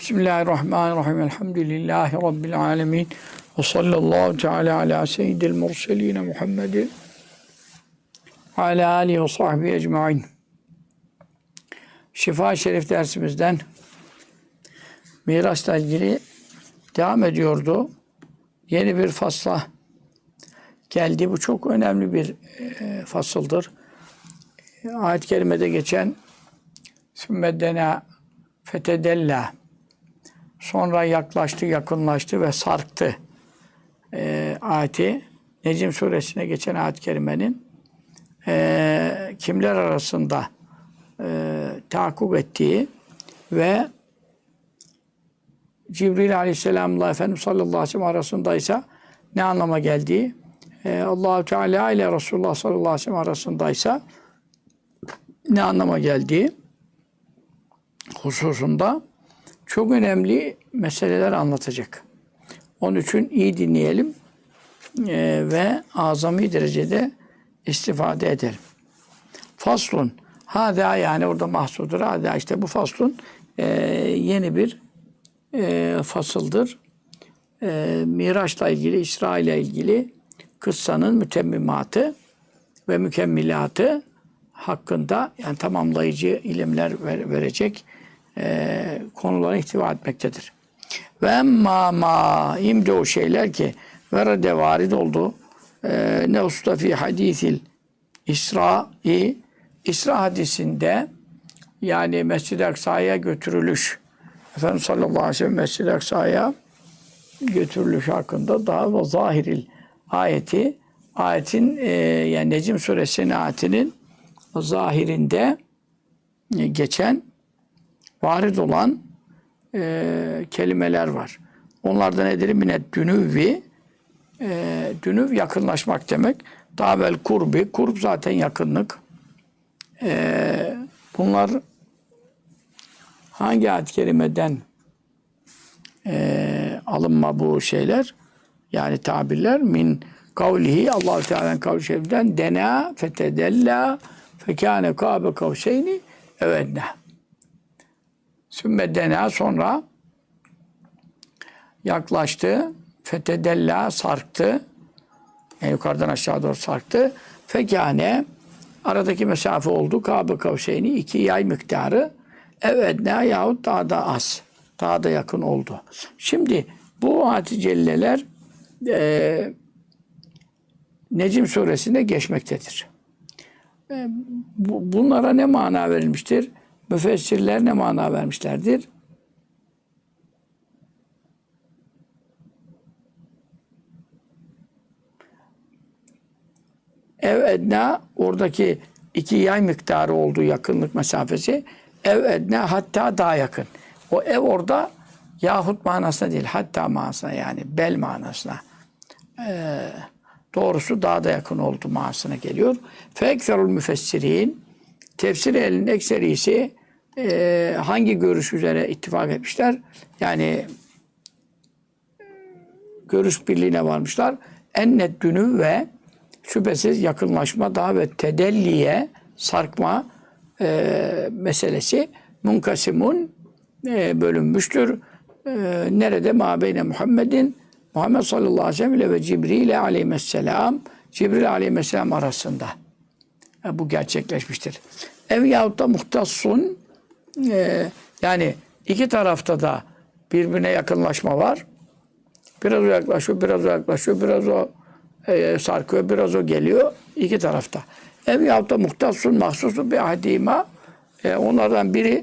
Bismillahirrahmanirrahim. Elhamdülillahi Rabbil alemin. Ve sallallahu teala ala seyyidil murseline Muhammedin ala alihi ve sahbihi ecmain. Şifa-i Şerif dersimizden mirasla ilgili devam ediyordu. Yeni bir fasla geldi. Bu çok önemli bir fasıldır. Ayet-i kerimede geçen sümmedena fetedella, sonra yaklaştı, yakınlaştı ve sarktı ayeti. Necm suresine geçen ayet-i kerimenin kimler arasında tahakkuk ettiği ve Cibril Aleyhisselam'la Efendimiz sallallahu aleyhi ve sellem arasındaysa ne anlama geldiği, Allah-u Teala ile Resulullah sallallahu aleyhi ve sellem arasındaysa ne anlama geldiği hususunda çok önemli meseleler anlatacak. Onun için iyi dinleyelim ve azami derecede istifade edelim. Faslun. Hâdâ, yani orada mahsudur. Hâdâ, işte bu faslun yeni bir fasıldır. Miraç'la ilgili, İsra ile ilgili kıssanın mütemmimatı ve mükemmilatı hakkında, yani tamamlayıcı ilimler verecek konuları ihtiva etmektedir. Ve emma ma, imde o şeyler ki verede varid oldu ne usta fi hadisil İsra'i, İsra hadisinde, yani Mescid-i Aksa'ya götürülüş, Efendimiz sallallahu aleyhi ve sellem Mescid-i Aksa'ya götürülüş hakkında daha ve zahiril ayetin yani Necm suresinin ayetinin zahirinde geçen varid olan kelimeler var. Onlardan nedir? Minet dünüvvi, dünüv yakınlaşmak demek. Davel kurbi, kurb zaten yakınlık. Bunlar hangi ayet-i kerimeden alınma bu şeyler? Yani tabirler min kavlihi, Allah-u Teala'nın kavli şerifinden dena fetedella fekâne kâbe kavseyni evedne. Sümme dena, sonra yaklaştı, fetedella sarktı, yani yukarıdan aşağı doğru sarktı. Fekâne, aradaki mesafe oldu, kâbe kavseyni, 2 yay miktarı, evedne yahut daha da az, daha da yakın oldu. Şimdi bu ayet-i celleler Necm suresinde geçmektedir. Bunlara ne mana verilmiştir? Müfessirler ne mana vermişlerdir? Ev edna, oradaki 2 yay miktarı olduğu yakınlık mesafesi, ev edna hatta daha yakın. O ev orada yahut manasına değil, hatta manasına, yani bel manasına. Doğrusu daha da yakın olduğu manasına geliyor. Fekserul müfessirin, tefsir ehlinin ekserisi hangi görüş üzere ittifak etmişler? Yani görüş birliğine varmışlar. Ennet dünü ve şüphesiz yakınlaşma, daha ve tedelliye, sarkma meselesi munkasimun, bölünmüştür. Nerede? Mâbeyne Muhammed sallallahu aleyhi ve sellem ile ve Cibril aleyhisselam, Cibril aleyhisselam arasında bu gerçekleşmiştir. Ev yahut da muhtassun, yani iki tarafta da birbirine yakınlaşma var. Biraz o yaklaşıyor, biraz o yaklaşıyor, biraz o sarkıyor, biraz o geliyor. İki tarafta. Ev yahut da muhtassun mahsusun bir ahdima, onlardan biri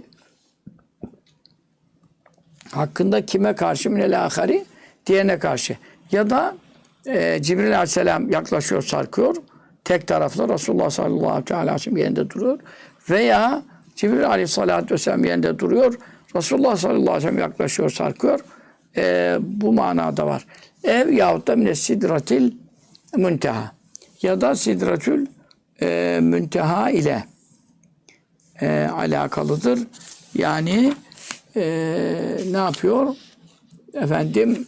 hakkında kime karşı? Minel ahari, diğerine karşı. Ya da Cibril aleyhisselam yaklaşıyor, sarkıyor. Tek tarafta Resulullah sallallahu aleyhi ve sellem yerinde duruyor. Veya Cibril aleyhisselatü vesselam yerinde duruyor. Resulullah sallallahu aleyhi ve sellem yaklaşıyor, sarkıyor. Bu manada var. Ev yahut da mine sidratil münteha. Ya da sidratül münteha ile alakalıdır. Yani ne yapıyor? Efendim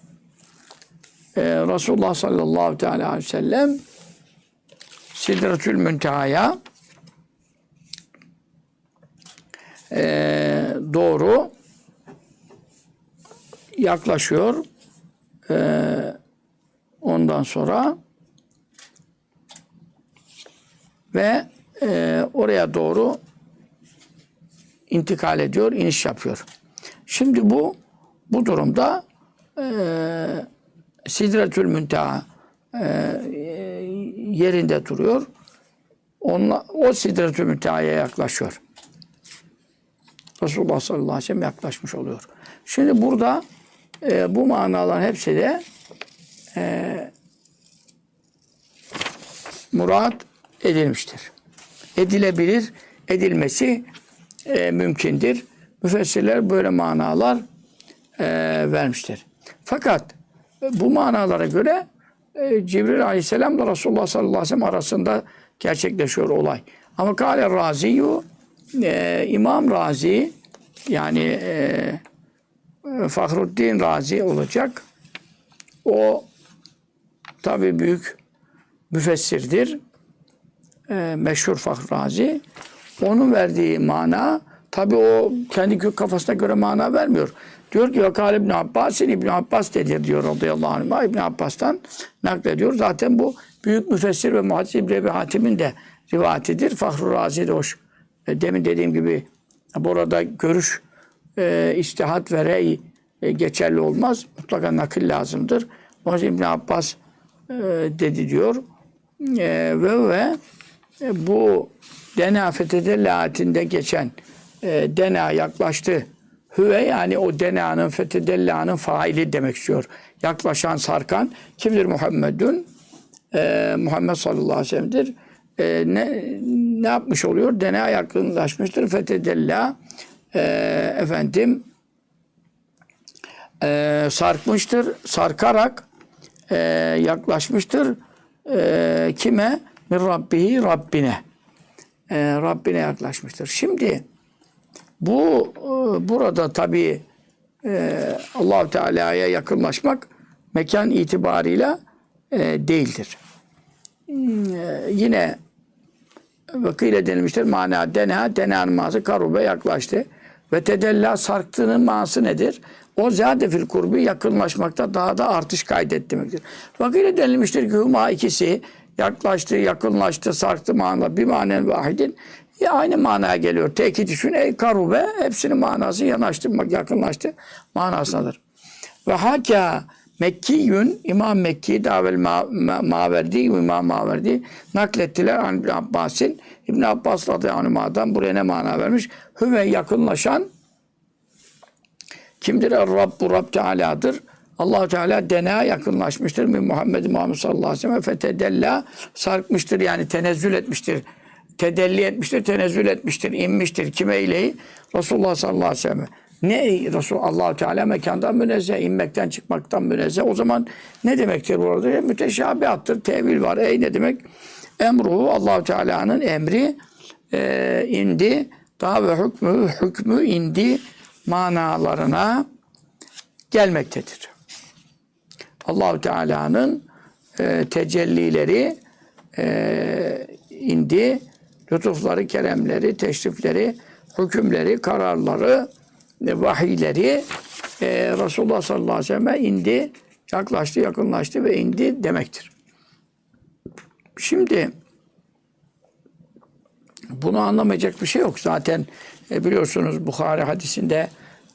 Resulullah sallallahu aleyhi ve sellem Sidretül Münteha'ya doğru yaklaşıyor. Ondan sonra ve oraya doğru intikal ediyor, iniş yapıyor. Şimdi bu durumda Sidretül Münteha yerinde duruyor. O Sidretül Münteha'ya yaklaşıyor. Resulullah sallallahu aleyhi ve sellem yaklaşmış oluyor. Şimdi burada bu manaların hepsi de murat edilmiştir. Edilebilir, edilmesi mümkündür. Müfessirler böyle manalar vermiştir. Fakat bu manalara göre Cibril aleyhisselam da Resulullah sallallahu aleyhi ve sellem arasında gerçekleşiyor olay. Ama Kâle Razi'yu İmam Razi yani Fahruddin Razi olacak. O tabi büyük müfessirdir. Meşhur Fahru Razi. Onun verdiği mana tabi o kendi kafasına göre mana vermiyor. Diyor ki Vakal İbn Abbas'ın İbn Abbas dedi diyor radıyallahu anh. İbn Abbas'tan naklediyor. Zaten bu büyük müfessir ve muhaddis İbn Ebi Hatim'in de rivayetidir. Fahru Razi de hoş. Demin dediğim gibi burada görüş içtihat ve rey geçerli olmaz. Mutlaka nakil lazımdır. O yüzden İbn Abbas dedi diyor. Ve bu dena fetedellâetinde geçen dena yaklaştı. Hüve yani o dena'nın fetedellâ'nın faili demek istiyor. Yaklaşan, sarkan kimdir? Muhammedun. Muhammed sallallahu aleyhi ve sellem'dir. Ne yapmış oluyor? Dena yakınlaşmıştır. Fetedellâ sarkmıştır. Sarkarak yaklaşmıştır. Kime? Min Rabbihi Rabbine. Rabbine yaklaşmıştır. Şimdi burada tabii Allah-u Teala'ya yakınlaşmak mekan itibarıyla değildir. Yine vakile denilmiştir. Mana dena'nın manası karube yaklaştı. Ve tedella sarktığının manası nedir? O zâde fil kurbi yakınlaşmakta daha da artış kaydet demektir. Vakile denilmiştir ki huma ikisi yaklaştı, yakınlaştı, sarktı manada bir manen vahidin aynı manaya geliyor. Tekit düşün, karube hepsinin manası yanaştırmak, yakınlaştı manasındadır. Ve hâkâ Mekkiyün, İmam Mekki, Davel Maverdi, İmam Maverdi naklettiler an İbn Abbas'ın. İbn Abbas radıyallahu anh'dan buraya ne mana vermiş? Hüve yakınlaşan kimdir? Rabbu Rabb Teala'dır. Allah-u Teala dena yakınlaşmıştır. Muhammed sallallahu aleyhi ve sellem fetedella sarkmıştır yani tenezzül etmiştir. Tedelli etmiştir, tenezzül etmiştir, inmiştir. Kime ile? Resulullah sallallahu aleyhi ve sellem. Ne Allah-u Teala mekandan münezzeh, inmekten çıkmaktan münezzeh. O zaman ne demektir burada? Müteşabihattır, tevil var. Ne demek? Emruhu Allah-u Teala'nın emri indi. Daha ve hükmü indi manalarına gelmektedir. Allah-u Teala'nın tecellileri indi. Lütufları, keremleri, teşrifleri, hükümleri, kararları, vahiyleri Resulullah sallallahu aleyhi ve sellem'e indi, yaklaştı, yakınlaştı ve indi demektir. Şimdi bunu anlamayacak bir şey yok. Zaten biliyorsunuz Bukhari hadisinde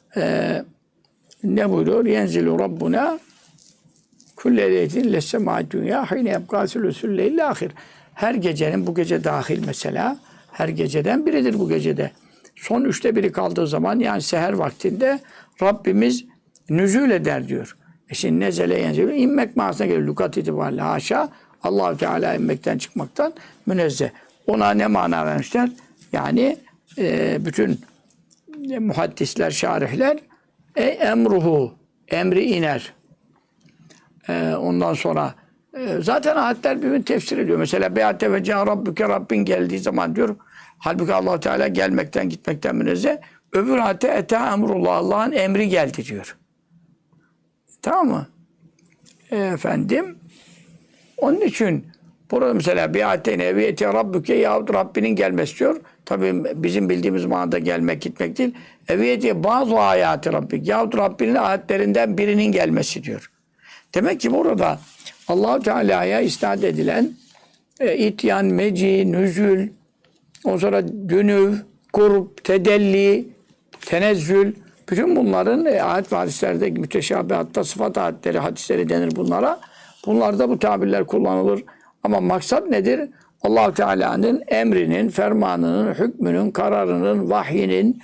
ne buyuruyor? Yenzilu Rabbuna kulle leyletin lessemâ dünya hîne yebgâsül sülleyl ahir. Her gecenin bu gece dahil mesela her geceden biridir bu gecede. Son 1/3 kaldığı zaman yani seher vaktinde Rabbimiz nüzul eder diyor. Şimdi nezele yenzile inmek manasına geliyor. Lukat itibariyle haşa Allah-u Teala inmekten çıkmaktan münezzeh. Ona ne mana vermişler? Yani bütün muhaddisler, şarihler emruhu emri iner. Ondan sonra zaten ayetler birbirini tefsir ediyor. Mesela be'ate ve ca rabbuke Rabbin geldiği zaman diyor. Halbuki Allah Teala gelmekten gitmekten münezzeh. Öbür ayette eta emrullah Allah'ın emri geldi diyor. Tamam mı? Efendim onun için Burada mesela bi'ateyne eviyeti rabbuke yahut Rabbinin gelmesi diyor. Tabii bizim bildiğimiz manada gelmek gitmek değil. Eviyeti bazı ayati Rabbik yahut Rabbinin ayetlerinden birinin gelmesi diyor. Demek ki burada Allah-u Teala'ya isnat edilen ityan, meci, nüzül, ondan sonra dünüv, kurb, tedelli, tenezzül, bütün bunların ayet ve hadislerde müteşabihatta sıfat ayetleri, hadisleri denir bunlara. Bunlarda bu tabirler kullanılır. Ama maksat nedir? Allah-u Teala'nın emrinin, fermanının, hükmünün, kararının, vahyinin,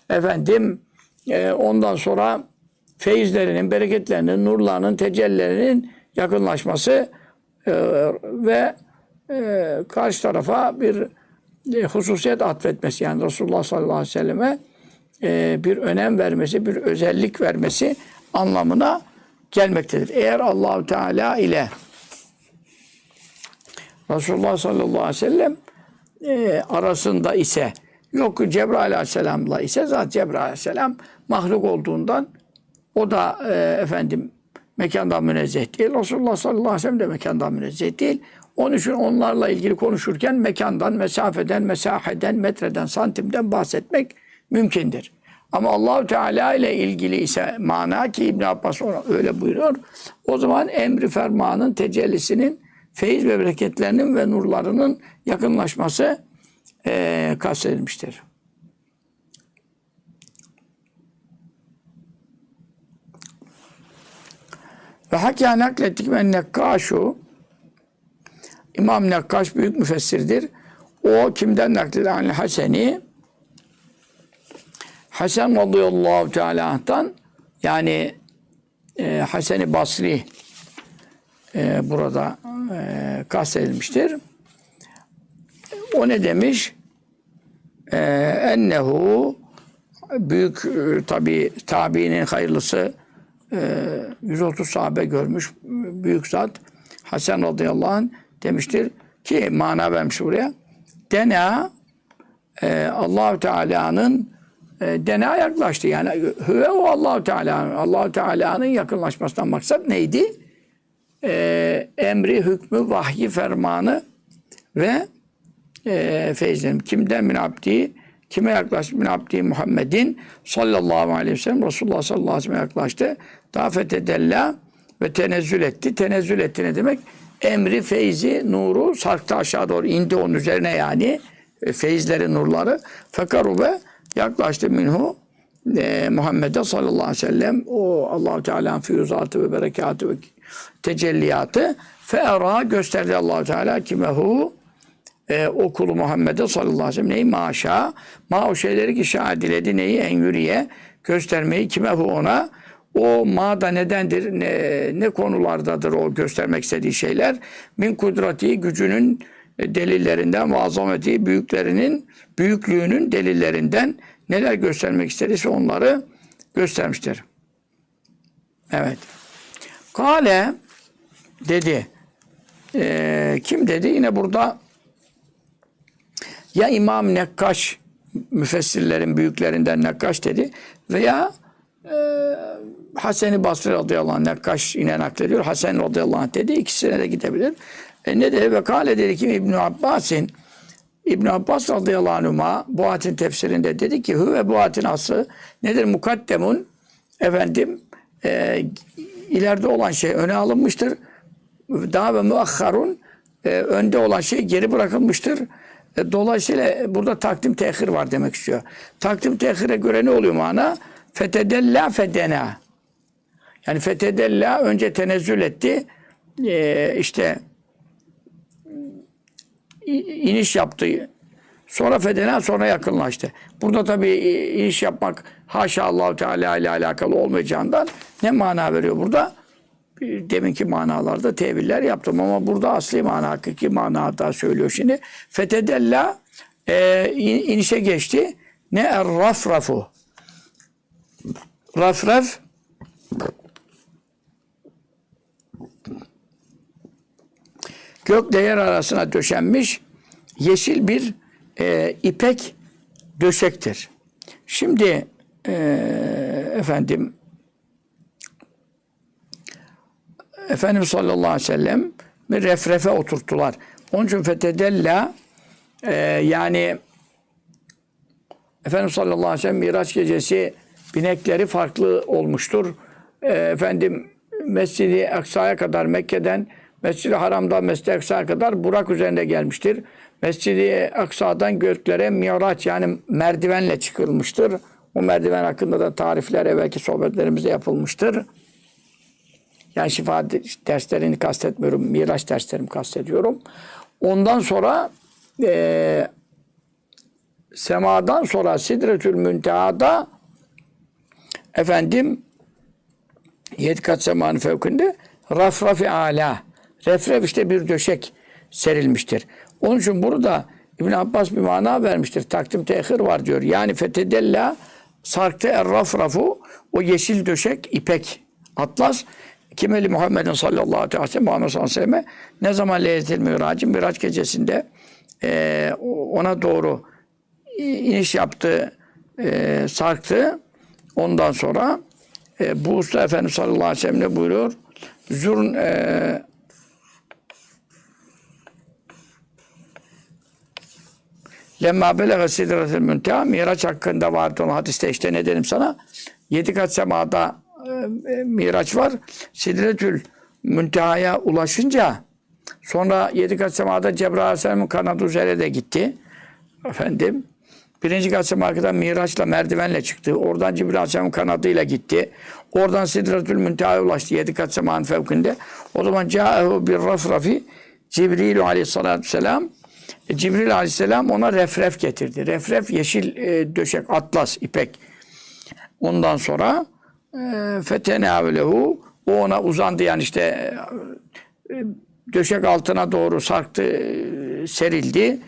ondan sonra feyizlerinin, bereketlerinin, nurlarının, tecellilerinin yakınlaşması ve karşı tarafa bir hususiyet atfetmesi. Yani Resulullah sallallahu aleyhi ve selleme bir önem vermesi, bir özellik vermesi anlamına gelmektedir. Eğer Allah-u Teala ile Resulullah sallallahu aleyhi ve sellem arasında ise, yok Cebrail aleyhisselamla ise, zaten Cebrail aleyhisselam mahluk olduğundan o da mekandan münezzeh değil. Resulullah sallallahu aleyhi ve sellem de mekandan münezzeh değil. Onun için onlarla ilgili konuşurken mekandan, mesafeden, mesaheden, metreden, santimden bahsetmek mümkündür. Ama Allahu Teala ile ilgili ise mana ki İbn Abbas öyle buyuruyor. O zaman emri fermanın tecellisinin, feyiz ve bereketlerinin ve nurlarının yakınlaşması kastedilmiştir. Ve hakâ naklettik men Nekkaşu, İmam Nekkaş büyük müfessirdir. O kimden nakleder? Yani Haseni, Hasan radıyallahu teala anh'tan, yani Hasan-ı Basri burada kastedilmiştir. O ne demiş? Ennehu, büyük tabi tabiinin hayırlısı, 130 sahabe görmüş büyük zat Hasan radıyallahu anh demiştir ki, mana vermiş buraya. Dena, Allah-u Teala'nın dena yaklaştı. Yani hüve o Allah-u Teala. Allah-u Teala'nın yakınlaşmasından maksat neydi? Emri, hükmü, vahyi, fermanı ve feyizlerim. Kimden? Min abdi. Kime yaklaştı? Min abdi Muhammedin sallallahu aleyhi ve sellem. Resulullah sallallahu aleyhi ve sellem yaklaştı. Daha fethedella ve tenezzül etti. Tenezzül etti ne demek? Emri, feyzi, nuru sarktı aşağı doğru. İndi onun üzerine yani. Feyizleri, nurları. Fekarube yaklaştı minhu Muhammed'e sallallahu aleyhi ve sellem. O Allah-u Teala'nın füyüzatı ve berekatı ve tecelliyatı. Fe'era gösterdi Allah-u Teala kimehu o kulu Muhammed'e sallallahu aleyhi ve sellem. Neyi? Maşa. Ma o şeyleri ki şah diledi. Neyi? En yürüye göstermeyi kimehu ona. O ma da nedendir? Ne konulardadır o göstermek istediği şeyler? Min kudreti, gücünün delillerinden ve azameti, büyüklüğünün delillerinden neler göstermek istediyse onları göstermiştir. Evet. Kale dedi. Kim dedi? Yine burada ya İmam Nekkaş, müfessirlerin büyüklerinden Nekkaş dedi veya Hasan-ı Basri radıyallahu anh, Nekkaş yine naklediyor. Hasan radıyallahu anh dedi. İkisine de gidebilir. Ne dedi? Ve kâle dedi ki İbn Abbas'in, İbn Abbas radıyallahu anhuma bu ayetin tefsirinde dedi ki hüve bu ayetin aslı nedir? Mukaddemun, ileride olan şey öne alınmıştır. Daha ve muakharun, önde olan şey geri bırakılmıştır. Dolayısıyla burada takdim tehir var demek istiyor. Takdim tehire göre ne oluyor mana? Fetedella fedena. Yani fetedella önce tenezzül etti. İniş yaptı. Sonra fedena, sonra yakınlaştı. Burada tabii iniş yapmak haşa Allah-u Teala ile alakalı olmayacağından ne mana veriyor burada? Deminki manalarda teviller yaptım ama burada asli mana, hakiki mana da söylüyor şimdi. Fetedella inişe geçti. Ne er-rafrafu? Rafraf gökle yer arasına döşenmiş yeşil bir ipek döşektir. Şimdi Efendimiz sallallahu aleyhi ve sellem bir refrefe oturttular. Onun için fetedella yani Efendimiz sallallahu aleyhi ve sellem Miraç gecesi binekleri farklı olmuştur. Efendim Mescid-i Aksa'ya kadar Mekke'den Mescid-i Haram'dan Mescid-i Aksa'ya kadar Burak üzerinde gelmiştir. Mescid-i Aksa'dan göklere Miraç yani merdivenle çıkılmıştır. O merdiven hakkında da tarifler evvelki sohbetlerimizde yapılmıştır. Yani şifa derslerini kastetmiyorum. Miraç derslerimi kastediyorum. Ondan sonra semadan sonra Sidretül Münteha'da efendim 7 kat semanın fevkinde rafrafi ala. Refref işte bir döşek serilmiştir. Onun için burada İbn Abbas bir mana vermiştir. Takdim tehir var diyor. Yani fetedella sarktı rafrafu o yeşil döşek ipek atlas Kimeli Muhammed'in sallallahu aleyhi ve sellem Muhammed sallallahu aleyhi ve sellem ne zaman Leyletil Mirac'ın Miraç gecesinde ona doğru iniş yaptı, sarktı. Ondan sonra bu usta Efendimiz sallallahu aleyhi ve sellem ne buyuruyor? Zurun lemma belega sidretel münteha Miraç hakkında vardı o hadiste işte ne dedim sana? 7 kat semada Miraç var. Sidretül Münteha'ya ulaşınca sonra 7 kat semada Cebrail Aleyhisselam'ın kanadı üzere de gitti. Efendim 1. kat semada Miraç'la merdivenle çıktı. Oradan Cebrail Aleyhisselam'ın kanadıyla gitti. Oradan Sidretül Münteha'ya ulaştı 7 kat semanın fevkinde. O zaman Câehu bir rafrafi Cibril Aleyhisselatü Vesselam Cibril Aleyhisselam ona refref getirdi. Refref yeşil döşek, atlas, ipek. Ondan sonra fetenâvelehu o ona uzandı yani işte döşek altına doğru sarktı, serildi.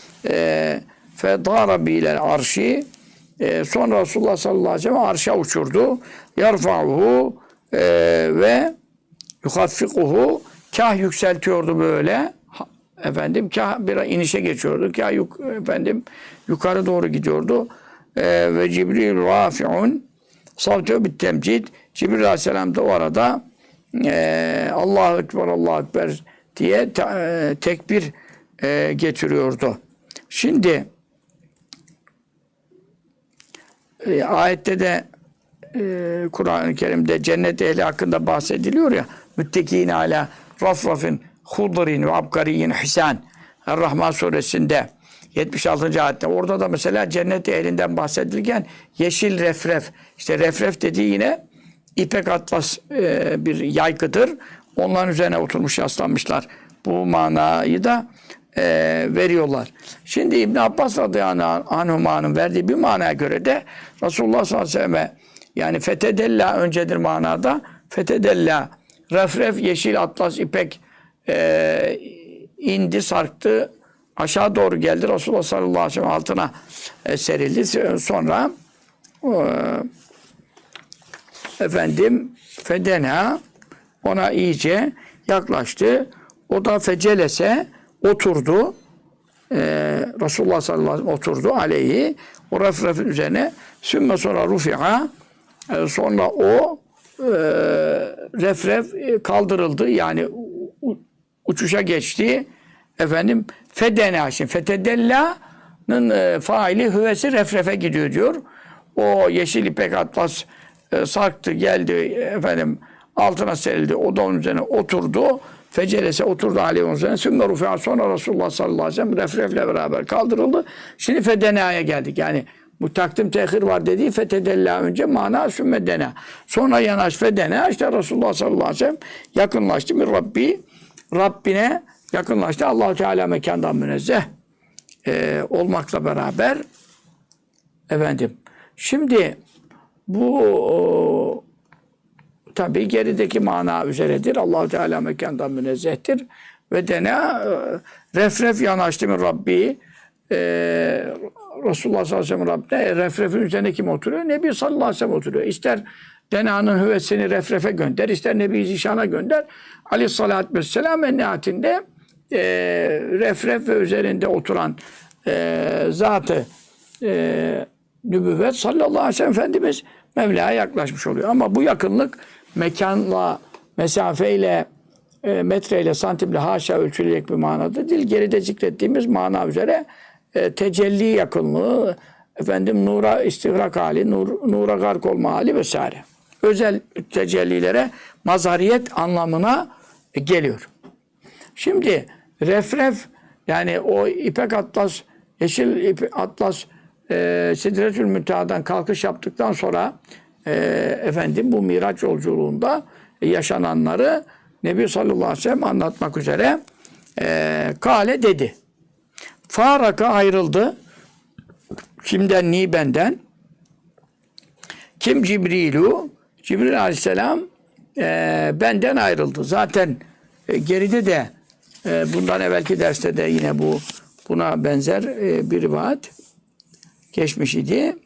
Fedâra bîlel arşi sonra Resulullah sallallahu aleyhi ve sellem arşa uçurdu. Yarfa'uhu ve yuhaffikuhu kah yükseltiyordu böyle efendim kah bir inişe geçiyordu kah efendim yukarı doğru gidiyordu ve Cibril rafi'un savtehu bit temcid Cibril aleyhisselam da o arada Allahu Ekber Allahu Ekber diye tekbir getiriyordu. Şimdi ayette de Kur'an-ı Kerim'de cennet ehli hakkında bahsediliyor ya müttekîne alâ rafrafin hudrin ve abkariyin hisan Er-Rahman suresinde 76. ayette orada da mesela cennet ehlinden bahsedilirken yeşil refref işte refref dediği yine ipek atlas bir yaygıdır. Onların üzerine oturmuş yaslanmışlar. Bu manayı da veriyorlar. Şimdi İbn Abbas radıyallahu anhuma'nın verdiği bir manaya göre de Resulullah sallallahu aleyhi ve sellem yani fetedella öncedir manada. Fetedella refref yeşil atlas ipek indi sarktı aşağı doğru geldi. Resulullah sallallahu aleyhi ve sellem altına serildi. Sonra efendim fedena ona iyice yaklaştı. O da fecelese oturdu. Resulullah sallallahu aleyhi ve sellem oturdu aleyhi. O refrefin üzerine sümme sonra rufi'a sonra o refref kaldırıldı. Yani uçuşa geçti. Efendim fedena şimdi fetedella'nın faili hüvesi refrefe gidiyor diyor. O yeşil ipek atlas sarktı geldi efendim altına serildi. O da onun üzerine oturdu. Fecelese oturdu aleyhi onun üzerine. Sümme rufi'a sonra Resulullah sallallahu aleyhi ve sellem refrefle beraber kaldırıldı. Şimdi fedena'ya geldik. Yani bu takdim tehir var dediği fetedella önce mana sümme dena. Sonra yanaş fedena işte Resulullah sallallahu aleyhi ve sellem yakınlaştı. Bir Rabbi Rabbine yakınlaştı. Allah-u Teala mekandan münezzeh olmakla beraber efendim. Şimdi bu tabii gerideki mana üzeredir. Allah-u Teala mekandan münezzehtir. Ve dena refref yanaştı mı Rabbi Resulullah sallallahu aleyhi ve sellem Rabbine refrefin üzerine kim oturuyor? Nebi sallallahu aleyhi ve sellem oturuyor. İster denanın hüvesini refrefe gönder, ister Nebi Zişan'a gönder. Aleyhissalatü vesselam ennihatinde refref ve üzerinde oturan zatı nübüvvet sallallahu aleyhi ve sellem Efendimiz Mevla'ya yaklaşmış oluyor. Ama bu yakınlık mekanla, mesafeyle metreyle santimle haşa ölçülecek bir manada değil. Geride zikrettiğimiz mana üzere tecelli yakınlığı, efendim nura istigrak hali, nura gark olma hali vesaire. Özel tecellilere mazhariyet anlamına geliyor. Şimdi refref yani o ipek atlas, yeşil atlas Sidretül Münteha'dan kalkış yaptıktan sonra efendim bu Miraç yolculuğunda yaşananları Nebi sallallahu aleyhi ve sellem anlatmak üzere kale dedi. Faraka ayrıldı. Kimden? Ni benden. Kim? Cibrilu. Cibril aleyhisselam benden ayrıldı. Zaten geride de bundan evvelki derste de yine buna benzer bir rivayet geçmiş idi.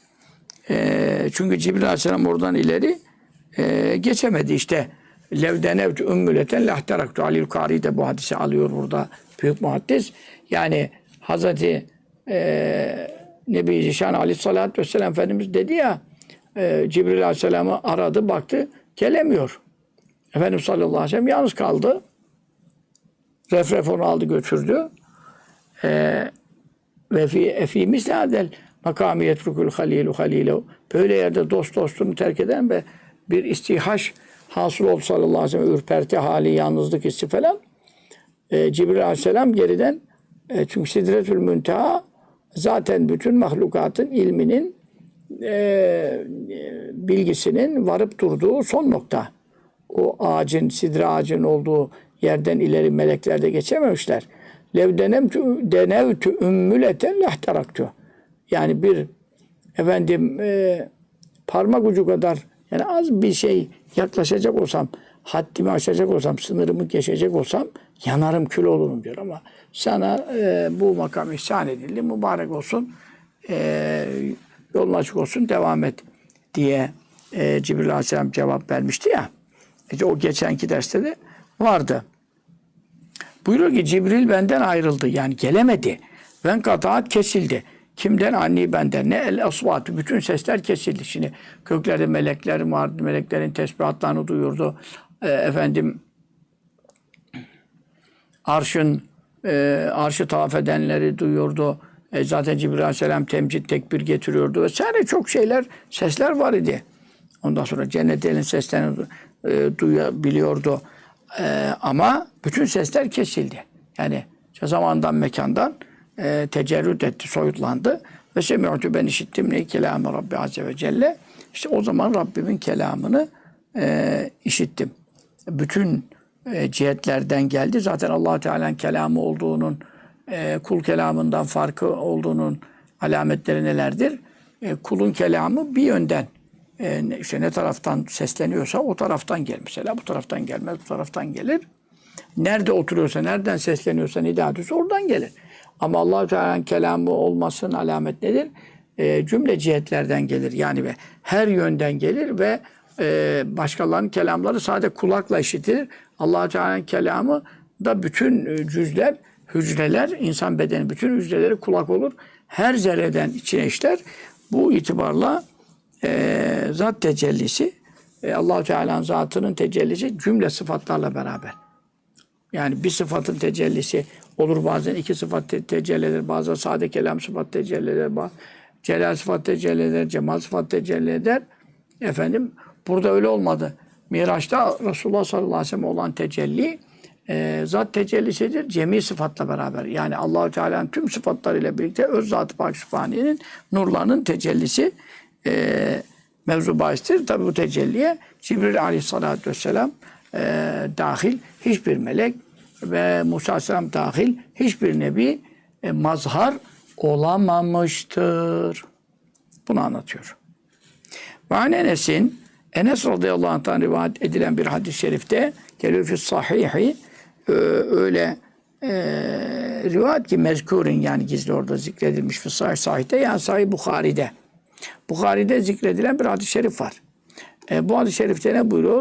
Çünkü Cibril aleyhisselam oradan ileri geçemedi. İşte levdenevtü ümmületen lahteraktu. Ali Kari de bu hadisi alıyor burada. Büyük muhaddis. Yani Hazreti Nebi Zişan aleyhissalatü vesselam Efendimiz dedi ya Cibril aleyhisselamı aradı baktı gelemiyor. Efendimiz sallallahu aleyhi ve sellem yalnız kaldı. Refref onu aldı götürdü. Ve fi misli hadel makami yetrukul halilu halilehu. Böyle yerde dost dostunu terk eden ve bir istihaş hasıl oldu sallallahu aleyhi ve sellem. Ürperti hali, yalnızlık hissi falan. Cibril aleyhisselam geriden çünkü Sidretül Münteha zaten bütün mahlukatın ilminin bilgisinin varıp durduğu son nokta. O ağacın, sidre ağacının olduğu yerden ileri melekler de geçememişler. Lev denevtü ümmületen lahteraktu. Yani bir efendim parmak ucu kadar yani az bir şey yaklaşacak olsam, haddimi aşacak olsam, sınırımı geçecek olsam yanarım, kül olurum diyor ama sana bu makam ihsan edildi, mübarek olsun, yolun açık olsun, devam et diye Cibril Aleyhisselam cevap vermişti ya. İşte o geçenki derste de vardı. Buyuruyor ki Cibril benden ayrıldı. Yani gelemedi. Ben kataat kesildi. Kimden? Anni benden. Ne el asvatü. Bütün sesler kesildi. Şimdi köklerde melekler vardı. Meleklerin tesbihatlarını duyurdu. Efendim arşı tavaf edenleri duyurdu. Zaten Cibril Aleyhisselam temcid tekbir getiriyordu. Vesaire çok şeyler, sesler var idi. Ondan sonra cennet elin seslerini duyabiliyordu. Ama bütün sesler kesildi. Yani zamandan, mekandan tecerrüt etti, soyutlandı. Ve semi'tu, ben işittim ne kelamı Rabbi Azze ve Celle. İşte o zaman Rabbimin kelamını işittim. Bütün cihetlerden geldi. Zaten Allah Teala'nın kelamı olduğunun, kul kelamından farkı olduğunun alametleri nelerdir? Kulun kelamı bir yönden işte ne taraftan sesleniyorsa o taraftan gelir. Mesela bu taraftan gelmez, bu taraftan gelir. Nerede oturuyorsa, nereden sesleniyorsa, nida ediyorsa oradan gelir. Ama Allah-u Teala'nın kelamı olmasının alamet nedir? Cümle cihetlerden gelir. Yani ve her yönden gelir ve başkalarının kelamları sadece kulakla işitilir. Allah-u Teala'nın kelamı da bütün cüzler, hücreler, insan bedeni bütün hücreleri kulak olur. Her zerreden içine işler. Bu itibarla zat tecellisi, Allah-u Teala'nın zatının tecellisi cümle sıfatlarla beraber. Yani bir sıfatın tecellisi olur, bazen iki sıfat tecelli eder, bazen sade kelam sıfat tecelli eder, celal sıfat tecelli eder, cemal sıfat tecelli eder. Efendim burada öyle olmadı. Miraç'ta Resulullah sallallahu aleyhi ve sellem olan tecelli zat tecellisidir, cemi sıfatla beraber. Yani Allah-u Teala'nın tüm sıfatlarıyla birlikte öz Zat-ı Pak Sübhane'nin nurlarının tecellisi mevzu bahistir. Tabi bu tecelliye Cibril aleyhissalatü vesselam dahil hiçbir melek ve Musa aleyhisselam dahil hiçbir nebi mazhar olamamıştır. Bunu anlatıyor. Ve Enes'in, Enes radıyallahu anh'tan rivayet edilen bir hadis-i şerifte geliyor fi sahihi öyle rivayet ki mezkurin, yani gizli orada zikredilmiş fi sahihte, yani Sahih Bukhari'de. Bukhari'de zikredilen bir hadis-i şerif var. Bu hadis-i şerifte ne buyuruyor?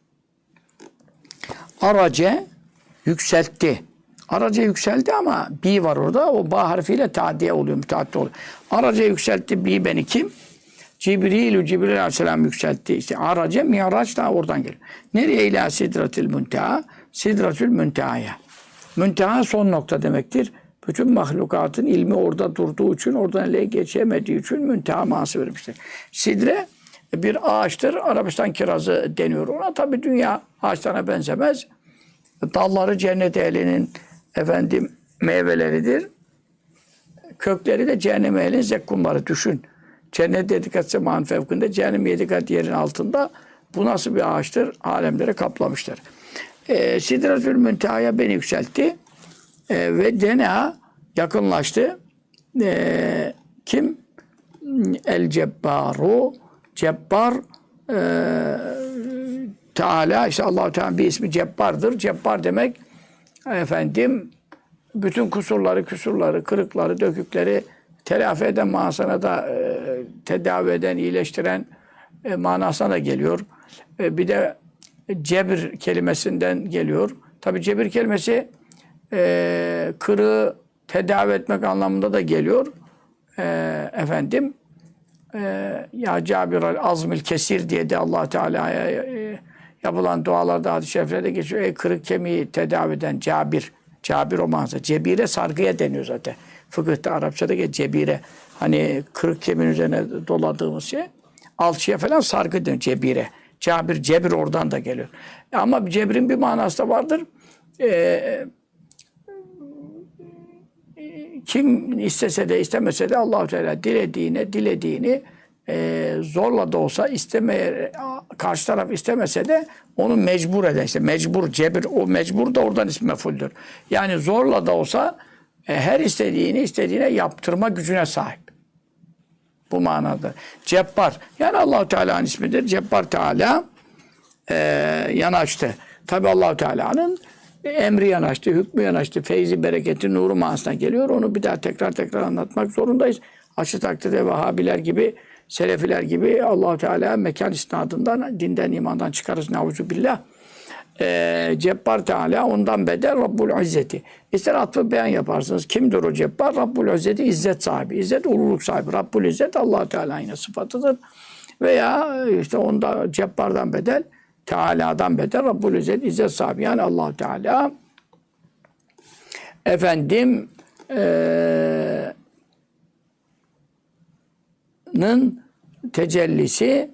Arace yükseltti. Arace yükseldi ama bi var orada. O ba harfiyle taaddiye oluyor, müteaddi oluyor. Arace yükseltti bi beni kim? Cibril aleyhisselam yükseltti. İşte araca, mi'raç da oradan geliyor. Nereye? İlâ sidratül münteha? Sidratül müntehaya. Münteha son nokta demektir. Bütün mahlukatın ilmi orada durduğu için, oradan ele geçemediği için münteha manası vermiştir. Sidre bir ağaçtır. Arabistan kirazı deniyor ona. Tabi dünya ağaçlarına benzemez. Dalları cennet ehlinin meyveleridir. Kökleri de cehennem ehlinin zekkumları. Düşün. Cennet 7 kat semanın fevkinde, cehennem 7 kat yerin altında. Bu nasıl bir ağaçtır? Alemleri kaplamıştır. Sidretül Münteha'ya beni yükseltti. Ve dena yakınlaştı. Kim? El Cebbaru. Cebbar Teala, işte Allah-u Teala bir ismi Cebbar'dır. Cebbar demek bütün kusurları, kırıkları, dökükleri telafi eden manasına da tedavi eden, iyileştiren manasına da geliyor. Bir de cebir kelimesinden geliyor. Tabi cebir kelimesi kırığı tedavi etmek anlamında da geliyor. Ya Cabir azmil kesir diye de Allah Teala'ya yapılan dualarda, hadis-i şeriflerde geçiyor. Ey kırık kemiği tedavi eden Cabir. Cabir o manası. Cebire sargıya deniyor zaten. Fıkıhta, Arapçada cebire. Hani kırık kemiğin üzerine doladığımız şey. Alçıya falan sargı deniyor. Cebire. Cebir oradan da geliyor. Ama cebrin bir manası da vardır. Kim istese de istemese de Allah-u Teala dilediğini zorla da olsa karşı taraf istemese de onu mecbur eder. İşte mecbur, cebir, o mecbur da oradan ismi mefuldür. Yani zorla da olsa her istediğine yaptırma gücüne sahip. Bu manada. Cebbar. Yani Allah-u Teala'nın ismidir. Cebbar Teala yanaştı. Tabi Allah-u Teala'nın emri yanaştı, hükmü yanaştı, feyzi, bereketi, nuru manasına geliyor. Onu bir daha tekrar anlatmak zorundayız. Aksi takdirde Vehhabiler gibi, Selefiler gibi Allah-u Teala mekan isnadından, dinden, imandan çıkarız. Neuzubillah. Cebbar Teala ondan bedel Rabbul İzzeti. İster atfı beyan yaparsınız. Kimdir o Cebbar? Rabbul İzzeti, izzet sahibi. İzzet, ululuk sahibi. Rabbul İzzet Allah-u Teala yine sıfatıdır. Veya işte onda Cebbar'dan bedel, Teala'dan bedel Rabbul İzzet, izzet sahibi. Yani Allah-u Teala tecellisi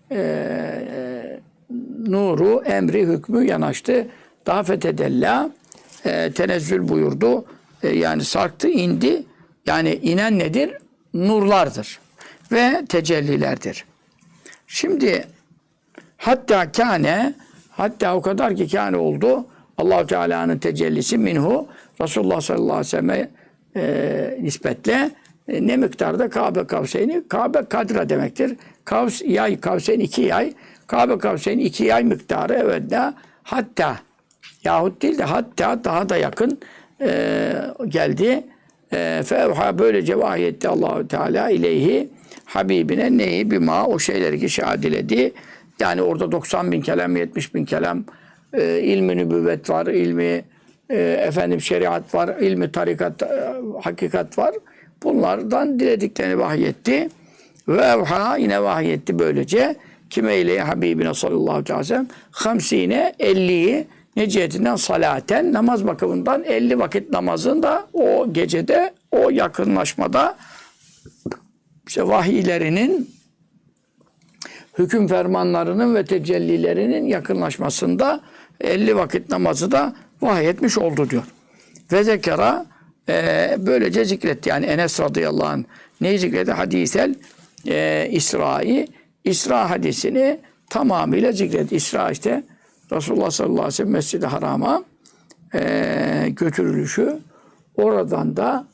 nuru, emri, hükmü yanaştı. Daha fethedella tenezzül buyurdu. Yani sarktı, indi. Yani inen nedir? Nurlardır. Ve tecellilerdir. Şimdi hatta o kadar ki kâne oldu. Allah-u Teala'nın tecellisi minhu Resulullah sallallahu aleyhi ve selleme nispetle ne miktarda Kabe Kavseyni? Kabe kadra demektir. Yay, Kavseyn 2 yay. Kabe Kavseyn 2 yay miktarı evvela hatta yahut değil de hatta daha da yakın geldi. Fevha böylece vahyetti Allah-u Teala ileyhi Habibine neyi bima o şeyleri ki şahadiledi. Yani orada 90 bin kelam, 70 bin kelam ilmi nübüvvet var, ilmi şeriat var, ilmi tarikat, hakikat var. Bunlardan dilediklerini vahyetti. Ve evha yine vahyetti böylece. Kime ile Habibine sallallahu aleyhi ve sellem hamsine 50'yi ne cihetinden salaten namaz bakımından 50 vakit namazın da o gecede o yakınlaşmada işte vahiylerinin hüküm fermanlarının ve tecellilerinin yakınlaşmasında 50 vakit namazı da vahyetmiş oldu diyor. Ve zekera böylece zikretti. Yani Enes radıyallahu anh neyi zikretti? Hadisel İsra'yı, İsra hadisini tamamıyla zikretti. İsra işte Resulullah sallallahu aleyhi ve sellem Mescid-i Haram'a götürülüşü. Oradan da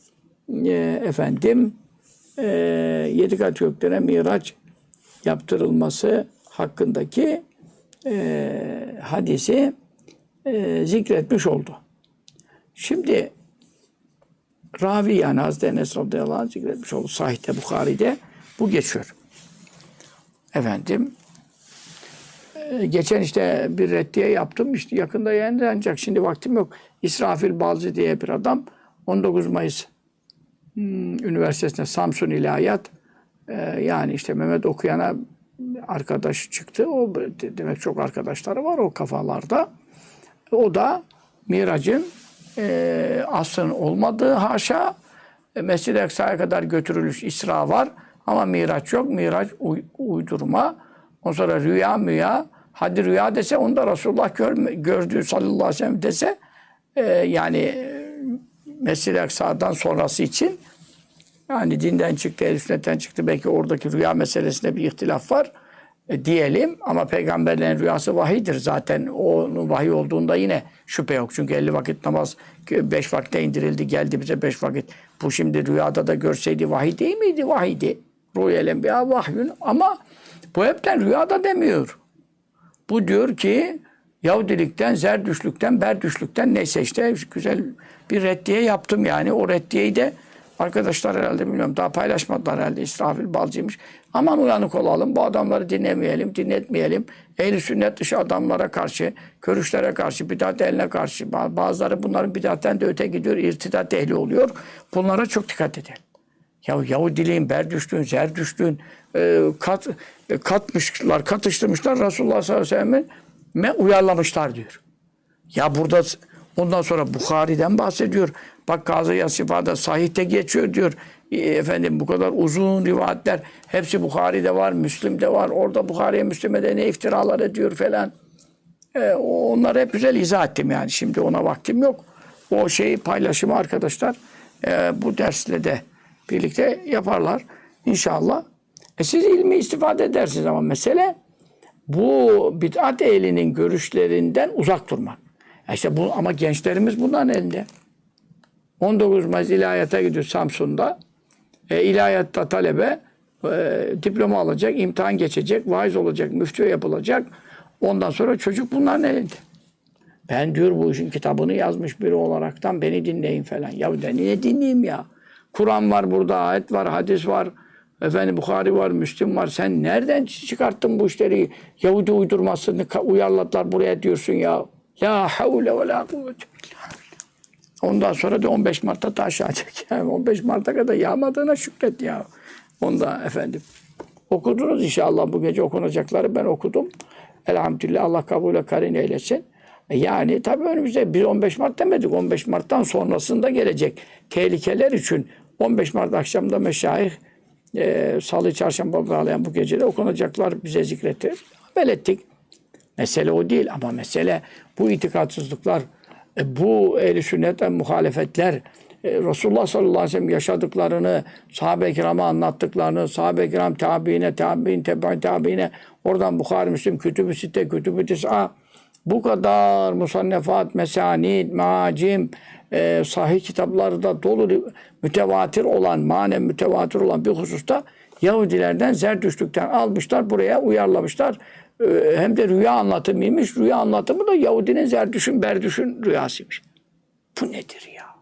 7 kat göklere miraç yaptırılması hakkındaki hadisi zikretmiş oldu. Şimdi ravi yani Hazreti Enes radıyallahu anh zikretmiş oldu. Sahih'te, Bukhari'de bu geçiyor. Geçen işte bir reddiye yaptım. İşte yakında yayınlanacak. Ancak şimdi vaktim yok. İsrafil Balcı diye bir adam 19 Mayıs Üniversitesi'nde Samsun İlahiyat Yani işte Mehmet Okuyan'a arkadaş çıktı. O demek çok arkadaşları var o kafalarda. O da Miraç'ın aslının olmadığı haşa Mescid-i Aksa'ya kadar götürülüş İsra var. Ama Miraç yok. Miraç uydurma. Ondan sonra rüya müya. Hadi rüya dese onu da Resulullah gördü sallallahu aleyhi ve sellem dese yani Mescid-i Aksa'dan sonrası için yani dinden çıktı, ehl-i sünnetten çıktı. Belki oradaki rüya meselesinde bir ihtilaf var. Diyelim ama peygamberlerin rüyası vahiydir. Zaten onun vahiy olduğunda yine şüphe yok. Çünkü 50 vakit namaz 5 vakte indirildi. Geldi bize 5 vakit. Bu şimdi rüyada da görseydi vahiy değil miydi? Vahiydi. Rüyel enbiya vahyun. Ama bu hepten rüyada demiyor. Bu diyor ki Yahudilikten, Zerdüşlükten, Berdüşlükten neyse işte güzel bir reddiye yaptım yani. O reddiyeyi de arkadaşlar herhalde bilmiyorum daha paylaşmadılar herhalde. İsrafil Balcı'ymış. Aman uyanık olalım. Bu adamları dinlemeyelim, dinletmeyelim. Ehl-i sünnet dışı adamlara karşı, görüşlere karşı, bidat ehline karşı. Bazıları bunların bidatten de öte gidiyor. İrtidat ehli oluyor. Bunlara çok dikkat edelim. Ya Yahudiliğin, Berdüşlüğün, Zerdüşlüğün katmışlar, katıştırmışlar. Resulullah sallallahu aleyhi ve sellem'e uyarlamışlar diyor. Ya burada ondan sonra Bukhari'den bahsediyor. Bak Gazı Yasifa'da sahihte geçiyor diyor. Efendim bu kadar uzun rivayetler hepsi Bukhari'de var, Müslim'de var. Orada Bukhari'ye, Müslim'e de ne iftiralar ediyor falan. Onları hep güzel izah ettim yani. Şimdi ona vaktim yok. O şeyi paylaşımı arkadaşlar bu dersle de birlikte yaparlar. İnşallah. Siz ilmi istifade edersiniz ama mesele bu bid'at ehlinin görüşlerinden uzak durmak. İşte bu ama gençlerimiz bunların elinde. 19 Mayıs ilahiyata gidiyor Samsun'da. İlahiyatta talebe diploma alacak, imtihan geçecek, vaiz olacak, müftü yapılacak. Ondan sonra çocuk bunların elinde. Ben diyor bu işin kitabını yazmış biri olaraktan beni dinleyin falan. Ya niye dinleyeyim ya? Kur'an var burada, ayet var, hadis var. Efendim Bukhari var, Müslim var. Sen nereden çıkarttın bu işleri? Yahudi uydurmasını uyarladılar buraya diyorsun ya. La havle ve la kuvvete. Ondan sonra da 15 Mart'ta taş yağacak. Yani 15 Mart'a kadar yağmadığına şükret ya. Onda efendim. Okudunuz inşallah bu gece okunacakları ben okudum. Elhamdülillah Allah kabule karin eylesin. Yani tabii önümüzde biz 15 Mart demedik. 15 Mart'tan sonrasında gelecek tehlikeler için 15 Mart akşamda meşayih Salı, Çarşamba bağlayan bu gecede okunacaklar bize zikretti. Amel ettik. Mesele o değil ama mesele bu itikatsızlıklar, bu ehl-i sünnetle muhalefetler, Resulullah sallallahu aleyhi ve sellem yaşadıklarını, sahabe-i kirama anlattıklarını, sahabe-i kiram tabiine, tabiin, tabiine, oradan Bukhari, Müslim, Kütüb-ü Sitte, Kütüb-ü Tis'a, bu kadar musannefat, mesanid, macim, sahih kitaplarda dolu mütevatir olan, manen mütevatir olan bir hususta Yahudilerden, Zerdüştlükten almışlar, buraya uyarlamışlar. Hem de rüya anlatımıymış. Rüya anlatımı da Yahudinin Zerdüş'ün, Berdüş'ün rüyasıymış. Bu nedir ya?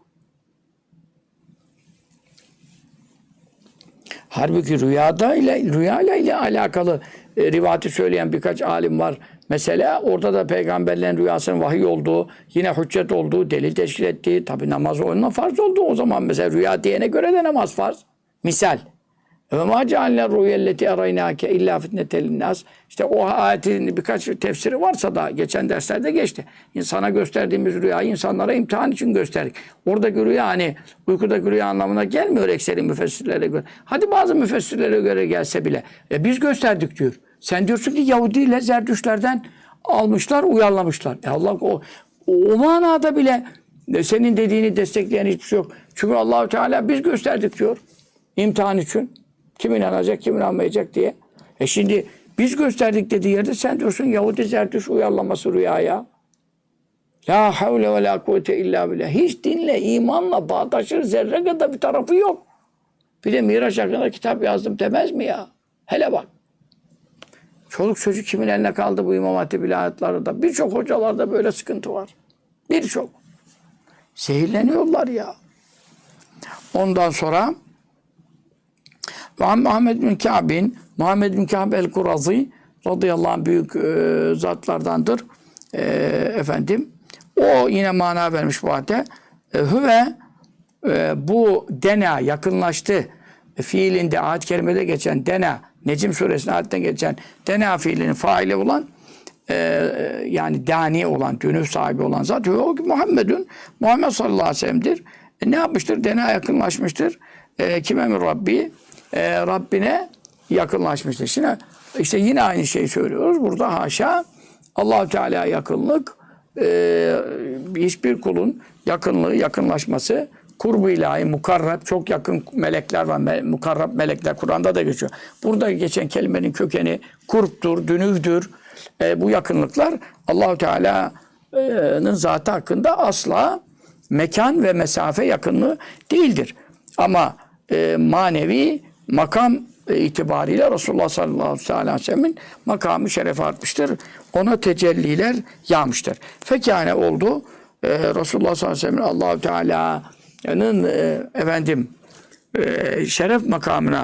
Halbuki rüyayla ile alakalı rivayeti söyleyen birkaç alim var. Mesela orada da peygamberlerin rüyasının vahiy olduğu, yine hüccet olduğu, delil teşkil ettiği, tabi namaz onunla farz oldu. O zaman mesela rüya diyene göre de namaz farz. Misal. Ve ma cealne rüyelleti araynake illa fitnetel nas. İşte o ayetin birkaç tefsiri varsa da geçen derslerde geçti. İnsana gösterdiğimiz rüyayı insanlara imtihan için gösterdik. Oradaki rüya hani uykudaki rüya anlamına gelmiyor ekseri müfessirlere göre. Hadi bazı müfessirlere göre gelse bile. Biz gösterdik diyor. Sen diyorsun ki Yahudi ile Zerdüşlerden almışlar, uyarlamışlar. Allah o manada bile senin dediğini destekleyen hiçbir şey yok. Çünkü Allahu Teala biz gösterdik diyor. İmtihan için. Kim inanacak, kim inanmayacak diye. Şimdi biz gösterdik dediği yerde sen diyorsun Yahudi Zerdüş uyarlaması rüyaya. La havle ve la kuvvete illa billah. Hiç dinle, imanla bağdaşır zerre kadar bir tarafı yok. Bir de Miraç hakkında kitap yazdım demez mi ya? Hele bak. Çoluk çocuk kimin eline kaldı bu İmam Hatip ilahiyatlarında? Birçok hocalarda böyle sıkıntı var. Birçok. Zehirleniyorlar ya. Ondan sonra Muhammed bin Ka'b el-Kurazi radıyallahu anh büyük zatlardandır. Efendim o yine mana vermiş bu ayette. Hüve bu dena yakınlaştı. fiilinde ayet-i kerimede geçen dena, Necm suresinin ayetinde geçen dena fiilinin faili olan yani dani olan, dönüş sahibi olan zat o Muhammedun, Muhammed sallallahu aleyhi ve sellem'dir. Ne yapmıştır? Dena yakınlaşmıştır. Kime mi Rabbi? Rabbine yakınlaşmıştır. Şimdi işte yine aynı şeyi söylüyoruz. Burada haşa Allah-u Teala yakınlık hiçbir kulun yakınlığı, yakınlaşması kurb-ı ilahi, mukarrab, çok yakın melekler var. Mukarrab melekler Kur'an'da da geçiyor. Burada geçen kelimenin kökeni kurptur, dünüvdür. Bu yakınlıklar Allah-u Teala'nın zatı hakkında asla mekan ve mesafe yakınlığı değildir. Ama manevi makam itibariyle Resulullah sallallahu aleyhi ve sellem'in makamı şeref artmıştır. Ona tecelliler yağmıştır. Fekâne oldu. Resulullah sallallahu aleyhi ve sellem'in Allah-u Teala'nın şeref makamına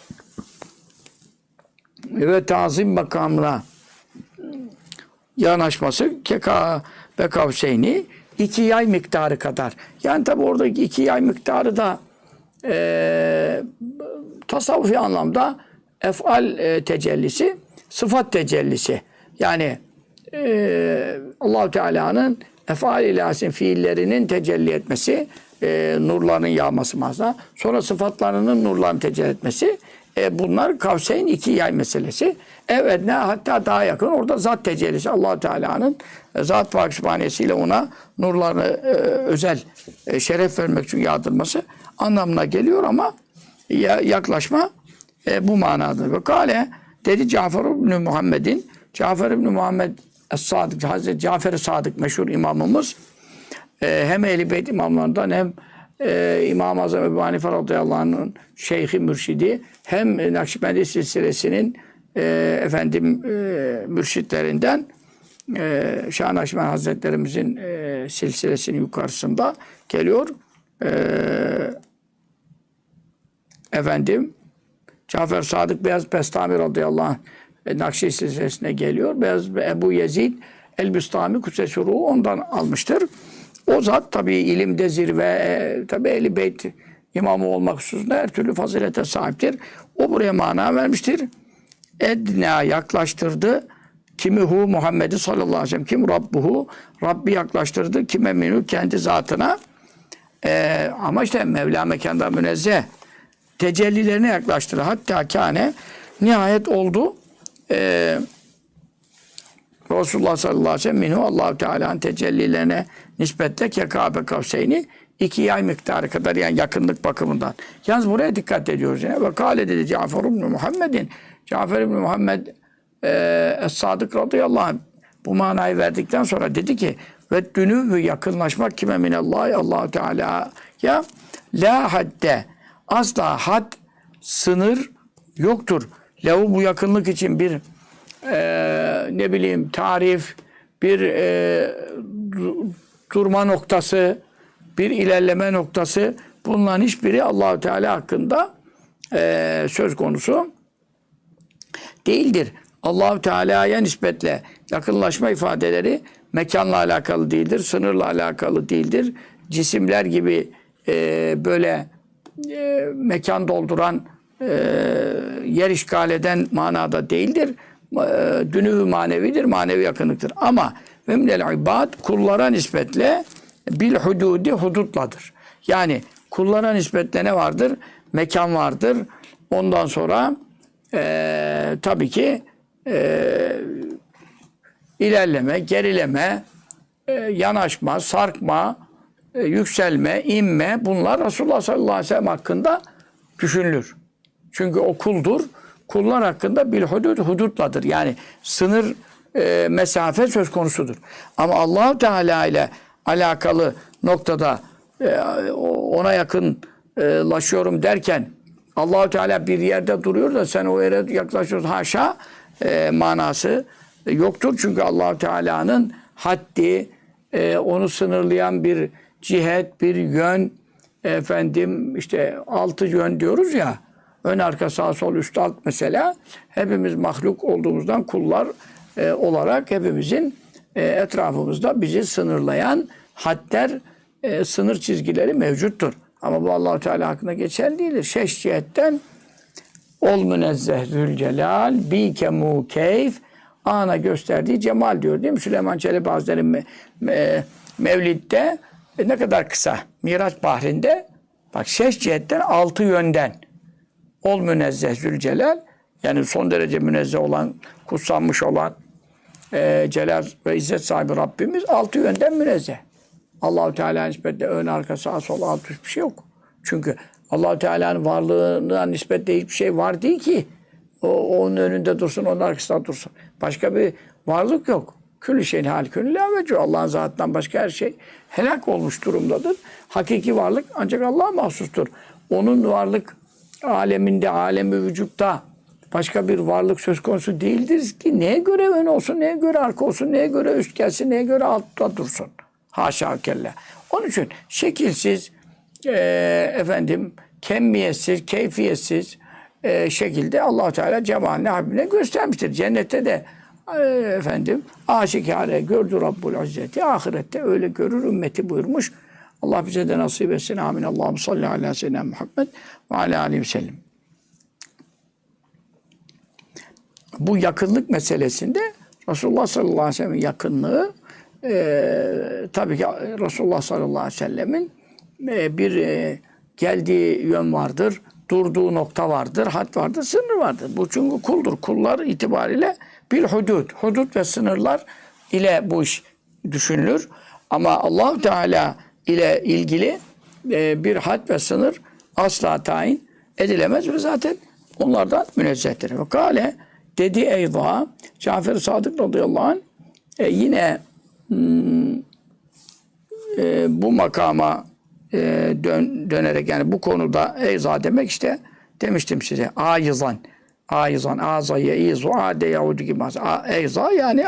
ve tazim makamına yanaşması keka ve kavseyni 2 yay miktarı kadar. Yani tabi oradaki 2 yay miktarı da tasavvufi anlamda ef'al tecellisi, sıfat tecellisi. Yani Allah-u Teala'nın ef'al ilahisinin fiillerinin tecelli etmesi, nurlarının yağması mazda. Sonra sıfatlarının nurlarının tecelli etmesi. Bunlar kavseyn 2 yay meselesi. Evet, ne hatta daha yakın orada zat tecellisi. Allah-u Teala'nın zat Pak Sübhanesiyle ona nurlarını özel şeref vermek için yağdırması anlamına geliyor ama yaklaşma bu manadadır. Ve kâle dedi Cafer ibn Muhammed'in, Cafer ibn Muhammed Es-Sadık, Hazreti Cafer-i Sadık meşhur imamımız, hem Ehl-i Beyt imamlarından hem İmam-ı Azam Ebu Hanife radıyallahu anh'ın şeyhi mürşidi, hem Nakşibendi silsilesinin mürşitlerinden Şah-ı Nakşibend Hazretlerimizin silsilesinin yukarısında geliyor. Cafer Sadık Beyaz Bestami radıyallahu anh Nakşi silsilesine geliyor. Beyaz Ebu Yezid El-Bistami Kudsesruhu ondan almıştır. O zat tabii ilimde zirve, tabii Ehl-i Beyt imamı olmak hususunda her türlü fazilete sahiptir. O buraya mana vermiştir. Edna yaklaştırdı. Kimihu Muhammed'i sallallahu aleyhi ve sellem. Kim Rabbuhu? Rabbi yaklaştırdı. Kime minhu? Kendi zatına. Ama işte Mevla mekanda münezzeh. Tecellilerine yaklaştırdı. Hatta kâne nihayet oldu. Resulullah sallallahu aleyhi ve sellem minhu Allah-u Teala'nın tecellilerine nispetle kekabe kavseyni 2 yay miktarı kadar, yani yakınlık bakımından. Yalnız buraya dikkat ediyoruz. Yani. Ve kâle dedi Cafer ibn Muhammed'in, Cafer ibn Muhammed Es-Sadık radıyallahu anh bu manayı verdikten sonra dedi ki ve dünüvü yakınlaşmak kime minallahi Allah-u Teala'ya la hadde, asla had, sınır yoktur. Lehu bu yakınlık için bir tarif, bir durma noktası, bir ilerleme noktası, bunların hiçbiri Allah-u Teala hakkında söz konusu değildir. Allah-u Teala'ya nispetle yakınlaşma ifadeleri mekanla alakalı değildir, sınırla alakalı değildir. Cisimler gibi böyle mekan dolduran, yer işgal eden manada değildir. Dünü manevidir, manevi yakınlıktır. Ama ve minel ibad kullara nispetle bil hududi hudutladır. Yani kullara nispetle ne vardır? Mekan vardır. Ondan sonra tabii ki ilerleme, gerileme, yanaşma, sarkma, yükselme, inme, bunlar Resulullah sallallahu aleyhi ve sellem hakkında düşünülür. Çünkü o kuldur. Kullar hakkında bil hudud hudutladır. Yani sınır, mesafe söz konusudur. Ama Allah-u Teala ile alakalı noktada ona yakınlaşıyorum derken Allah-u Teala bir yerde duruyor da sen o yere yaklaşıyorsun. Haşa manası yoktur. Çünkü Allah-u Teala'nın haddi, onu sınırlayan bir cihet, bir yön, işte 6 yön diyoruz ya, ön arka sağ sol üst alt mesela, hepimiz mahluk olduğumuzdan kullar olarak hepimizin etrafımızda bizi sınırlayan hadler, sınır çizgileri mevcuttur. Ama bu Allah-u Teala hakkında geçerli değildir. Şeş cihetten ol münezzeh zülcelal bike mukeyf ana gösterdiği cemal diyor değil mi? Süleyman Çelebi Hazretleri Mevlid'de ne kadar kısa. Miraç bahrinde bak şeş cihetten 6 yönden ol münezzeh zülcelal yani son derece münezzeh olan, kutsanmış olan celal ve izzet sahibi Rabbimiz 6 yönden münezzeh. Allah-u Teala nispetle ön arka sağ sol alt üst bir şey yok. Çünkü Allah-u Teala'nın varlığına nispetle hiçbir şey var değil ki. Onun önünde dursun, onun arkasında dursun. Başka bir varlık yok. Külü şeyin halikün la vecu. Allah'ın zatından başka her şey helak olmuş durumdadır. Hakiki varlık ancak Allah'a mahsustur. Onun varlık aleminde, alemi vücutta başka bir varlık söz konusu değildir ki neye göre ön olsun, neye göre arka olsun, neye göre üst gelsin, neye göre altta dursun. Haşa kella. Onun için şekilsiz, kemmiyetsiz, keyfiyetsiz şekilde Allah-u Teala cemalini Habibine göstermiştir. Cennette de aşikare gördü Rabbul İzzeti. Ahirette öyle görür ümmeti buyurmuş. Allah bize de nasip etsin. Amin. Allahümme salli ala seyyidina Muhammed ve ala aleyhi ve sellem. Bu yakınlık meselesinde Resulullah sallallahu aleyhi ve sellem'in yakınlığı tabii ki Resulullah sallallahu aleyhi ve sellemin bir geldiği yön vardır, durduğu nokta vardır, had vardır, sınır vardır. Bu çünkü kuldur. Kullar itibariyle bir hudud. Hudud ve sınırlar ile bu iş düşünülür. Ama Allah-u Teala ile ilgili bir had ve sınır asla tayin edilemez ve zaten onlardan münezzehtir. Ve kâle dedi eyvâ Cafer-i Sadık radıyallahu anh yine bu makama dönerek yani bu konuda eyza demek işte demiştim size ayızan azaya izu ade yahudu gibi eyza yani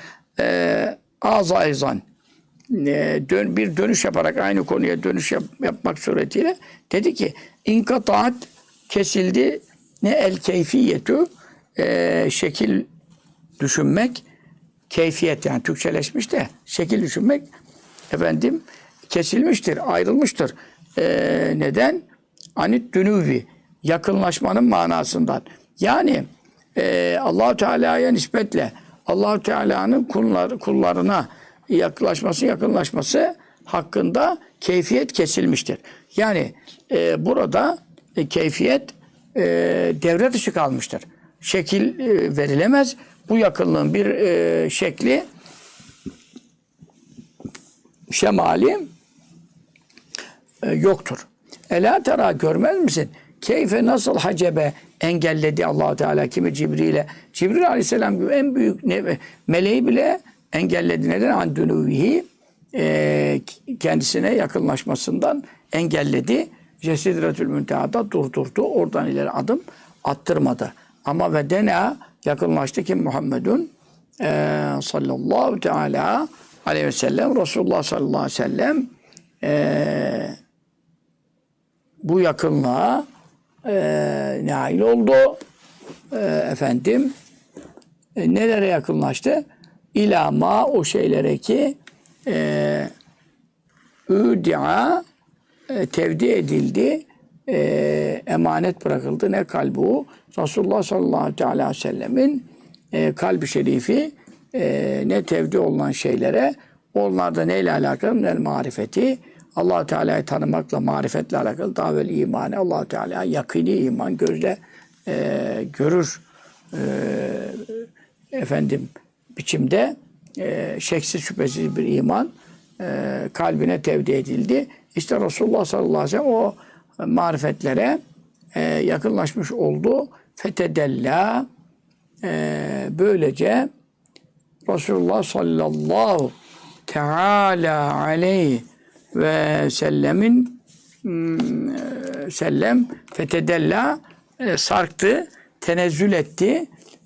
aza eyzan bir dönüş yaparak aynı konuya dönüş yapmak suretiyle dedi ki inkataat kesildi ne el keyfiyetu şekil düşünmek keyfiyet yani Türkçeleşmiş de şekil düşünmek kesilmiştir, ayrılmıştır. Neden? Anit dünüvi yakınlaşmanın manasından. Yani Allah-u Teala'ya nispetle Allah-u Teala'nın kullarına yakınlaşması hakkında keyfiyet kesilmiştir. Yani burada keyfiyet devre dışı kalmıştır. Şekil verilemez. Bu yakınlığın bir şekli şemali yoktur. Ela tera görmez misin? Keyfe nasıl hacebe engelledi Allah Teala kimi Cibril'e. Cibril Aleyhisselam gibi en büyük meleği bile engelledi. Neden? Andünuvihi kendisine yakınlaşmasından engelledi. Sidretül Münteha'da durdurdu. Oradan ileri adım attırmadı. Ama ve dena yakınlaştı ki Muhammedun sallallahu teala aleyhi ve sellem Resulullah sallallahu aleyhi ve sellem bu yakınlığa nail oldu. Nelere yakınlaştı? İlâ ma o şeylere ki üdi'a tevdi edildi, emanet bırakıldı. Ne kalbu? Resulullah sallallahu aleyhi ve sellemin kalbi şerifi ne tevdi olunan şeylere onlarda neyle alakalı? Minel marifeti Allah-u Teala'yı tanımakla, marifetle alakalı daha evvel imanı. Allah-u Teala yakini iman gözle görür biçimde şeksiz şüphesiz bir iman kalbine tevdi edildi. İşte Resulullah sallallahu aleyhi ve sellem o marifetlere yakınlaşmış oldu. Fetedella böylece Resulullah sallallahu teala aleyhi ve sellem fetedella sarktı, tenezzül etti.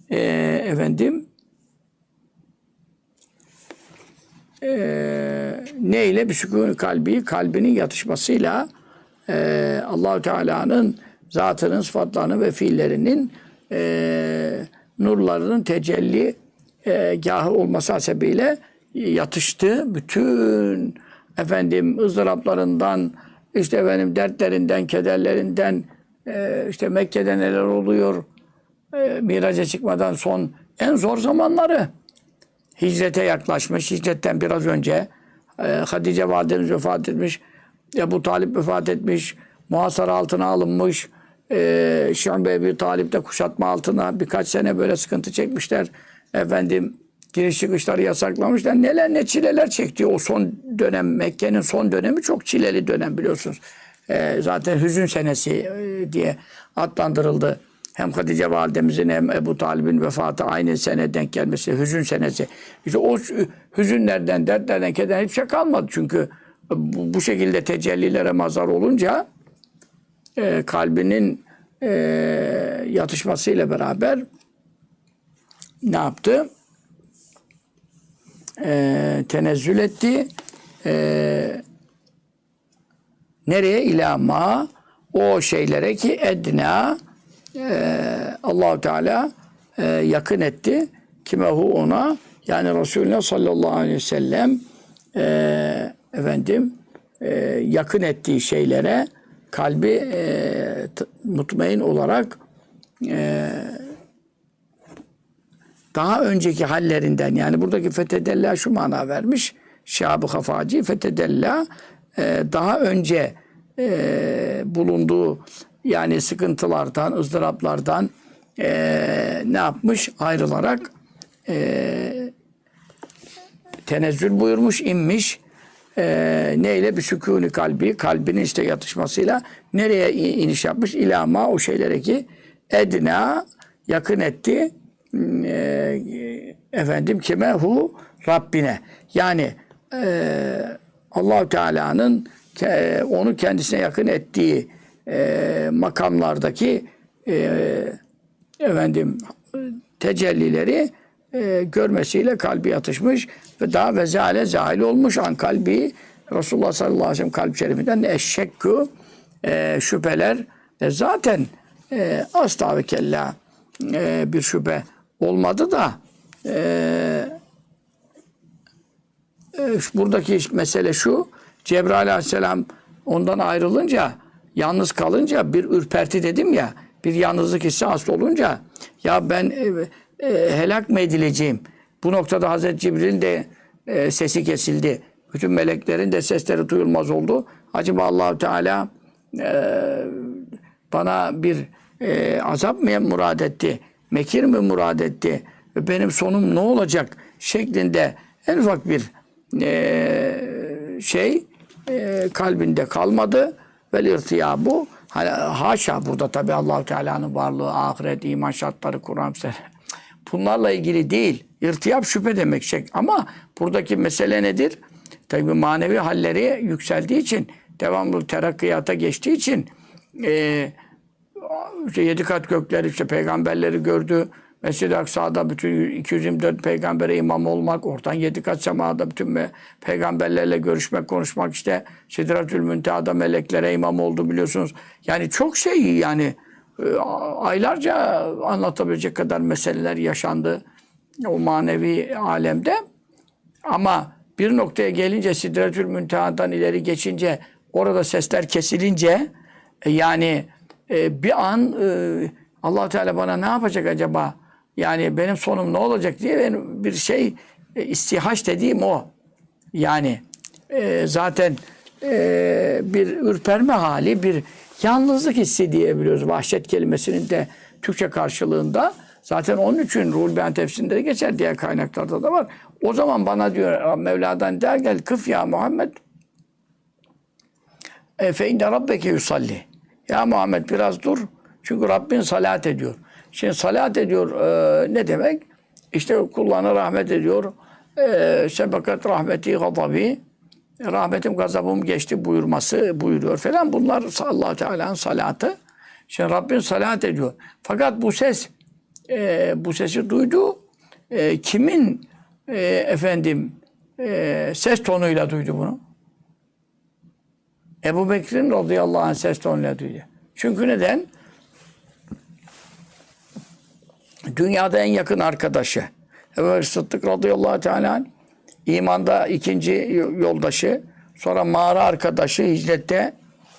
Neyle? Bir sükûn kalbi, kalbinin yatışmasıyla Allah-u Teala'nın zatının, sıfatlarının ve fiillerinin nurlarının tecelli gâhı olması hasebiyle yatıştı. Bütün ızdıraplarından, işte efendim dertlerinden, kederlerinden, işte Mekke'de neler oluyor, Miraç'a çıkmadan en zor zamanları. Hicrete yaklaşmış, hicretten biraz önce Hatice validemiz vefat etmiş, Ebu Talip vefat etmiş, muhasara altına alınmış, Şuayb Ebu Talip de kuşatma altına birkaç sene böyle sıkıntı çekmişler. Efendim giriş çıkışları yasaklamışlar. Neler ne çileler çekti o son dönem, Mekke'nin son dönemi çok çileli dönem biliyorsunuz. Zaten hüzün senesi diye adlandırıldı. Hem Hatice validemizin hem Ebu Talib'in vefatı aynı sene denk gelmesi, hüzün senesi. İşte o hüzünlerden, dertlerden, kederden hiçbir şey kalmadı. Çünkü bu şekilde tecellilere mazhar olunca kalbinin yatışmasıyla beraber ne yaptı? Tenezzül etti. Nereye? İlâ o şeylere ki edna Allah-u Teala yakın etti. Kimehu ona yani Resulullah sallallahu aleyhi ve sellem yakın ettiği şeylere kalbi mutmain olarak daha önceki hallerinden yani buradaki fetedella şu mana vermiş Şahab-ı Hafaci fetedella daha önce bulunduğu yani sıkıntılardan, ızdıraplardan ne yapmış? Ayrılarak tenezzül buyurmuş, inmiş. Neyle? Bir sükûn-i kalbi, kalbinin işte yatışmasıyla nereye iniş yapmış? İlâma o şeylere ki edna yakın etti. Kime? Rabbine. Yani Allah-u Teala'nın onu kendisine yakın ettiği makamlardaki tecellileri görmesiyle kalbi yatışmış ve daha vezale zahil olmuş an kalbi Resulullah sallallahu aleyhi ve sellem kalp şerifinden eşşekkü şüpheler zaten asla ve kella bir şüphe olmadı da buradaki mesele şu Cebrail aleyhisselam ondan ayrılınca yalnız kalınca bir ürperti dedim ya bir yalnızlık hissi hasta olunca ya ben helak mı edileceğim? Bu noktada Hazreti Cibril'in de sesi kesildi. Bütün meleklerin de sesleri duyulmaz oldu. Acaba Allah-u Teala bana bir azap mı murad etti? Mekir mi murad etti? Ve benim sonum ne olacak? Şeklinde en ufak bir kalbinde kalmadı. Vel irtiyabu haşa burada tabi Allah-u Teala'nın varlığı, ahiret, iman şartları, Kur'an bunlarla ilgili değil. İrtiyap şüphe demek ama buradaki mesele nedir? Tabi manevi halleri yükseldiği için devamlı terakkiyata geçtiği için işte 7 kat gökler işte peygamberleri gördü. Mescid-i Aksa'da bütün 224 peygambere imam olmak, oradan 7 kat semada bütün peygamberlerle görüşmek, konuşmak işte Sidretül Münteha'da meleklere imam oldu biliyorsunuz. Yani çok yani aylarca anlatabilecek kadar meseleler yaşandı o manevi alemde. Ama bir noktaya gelince Sidretül Münteha'dan ileri geçince orada sesler kesilince bir an Allah Teala bana ne yapacak acaba? Yani benim sonum ne olacak diye bir istihaç dediğim o. Yani zaten bir ürperme hali, bir yalnızlık hissi diyebiliyoruz. Vahşet kelimesinin de Türkçe karşılığında. Zaten onun için Ruhul Beyan tefsirinde de geçer, diğer kaynaklarda da var. O zaman bana diyor Mevla'dan der gel kıf ya Muhammed fe inne rabbeke yusalli. Ya Muhammed biraz dur. Çünkü Rabbin salat ediyor. Şimdi salat ediyor ne demek? İşte kullarına rahmet ediyor. Sebekat rahmeti gadabi. Rahmetim gazabım geçti buyuruyor falan. Bunlar Allah Teala'nın salatı. Şimdi Rabbin salat ediyor. Fakat bu sesi duydu. Kimin ses tonuyla duydu bunu? Ebu Bekir'in radıyallahu anh ses tonuyla duydu. Çünkü neden? Dünyada en yakın arkadaşı. Ebu Bekir Sıddık radıyallahu teala imanda ikinci yoldaşı, sonra mağara arkadaşı hicrette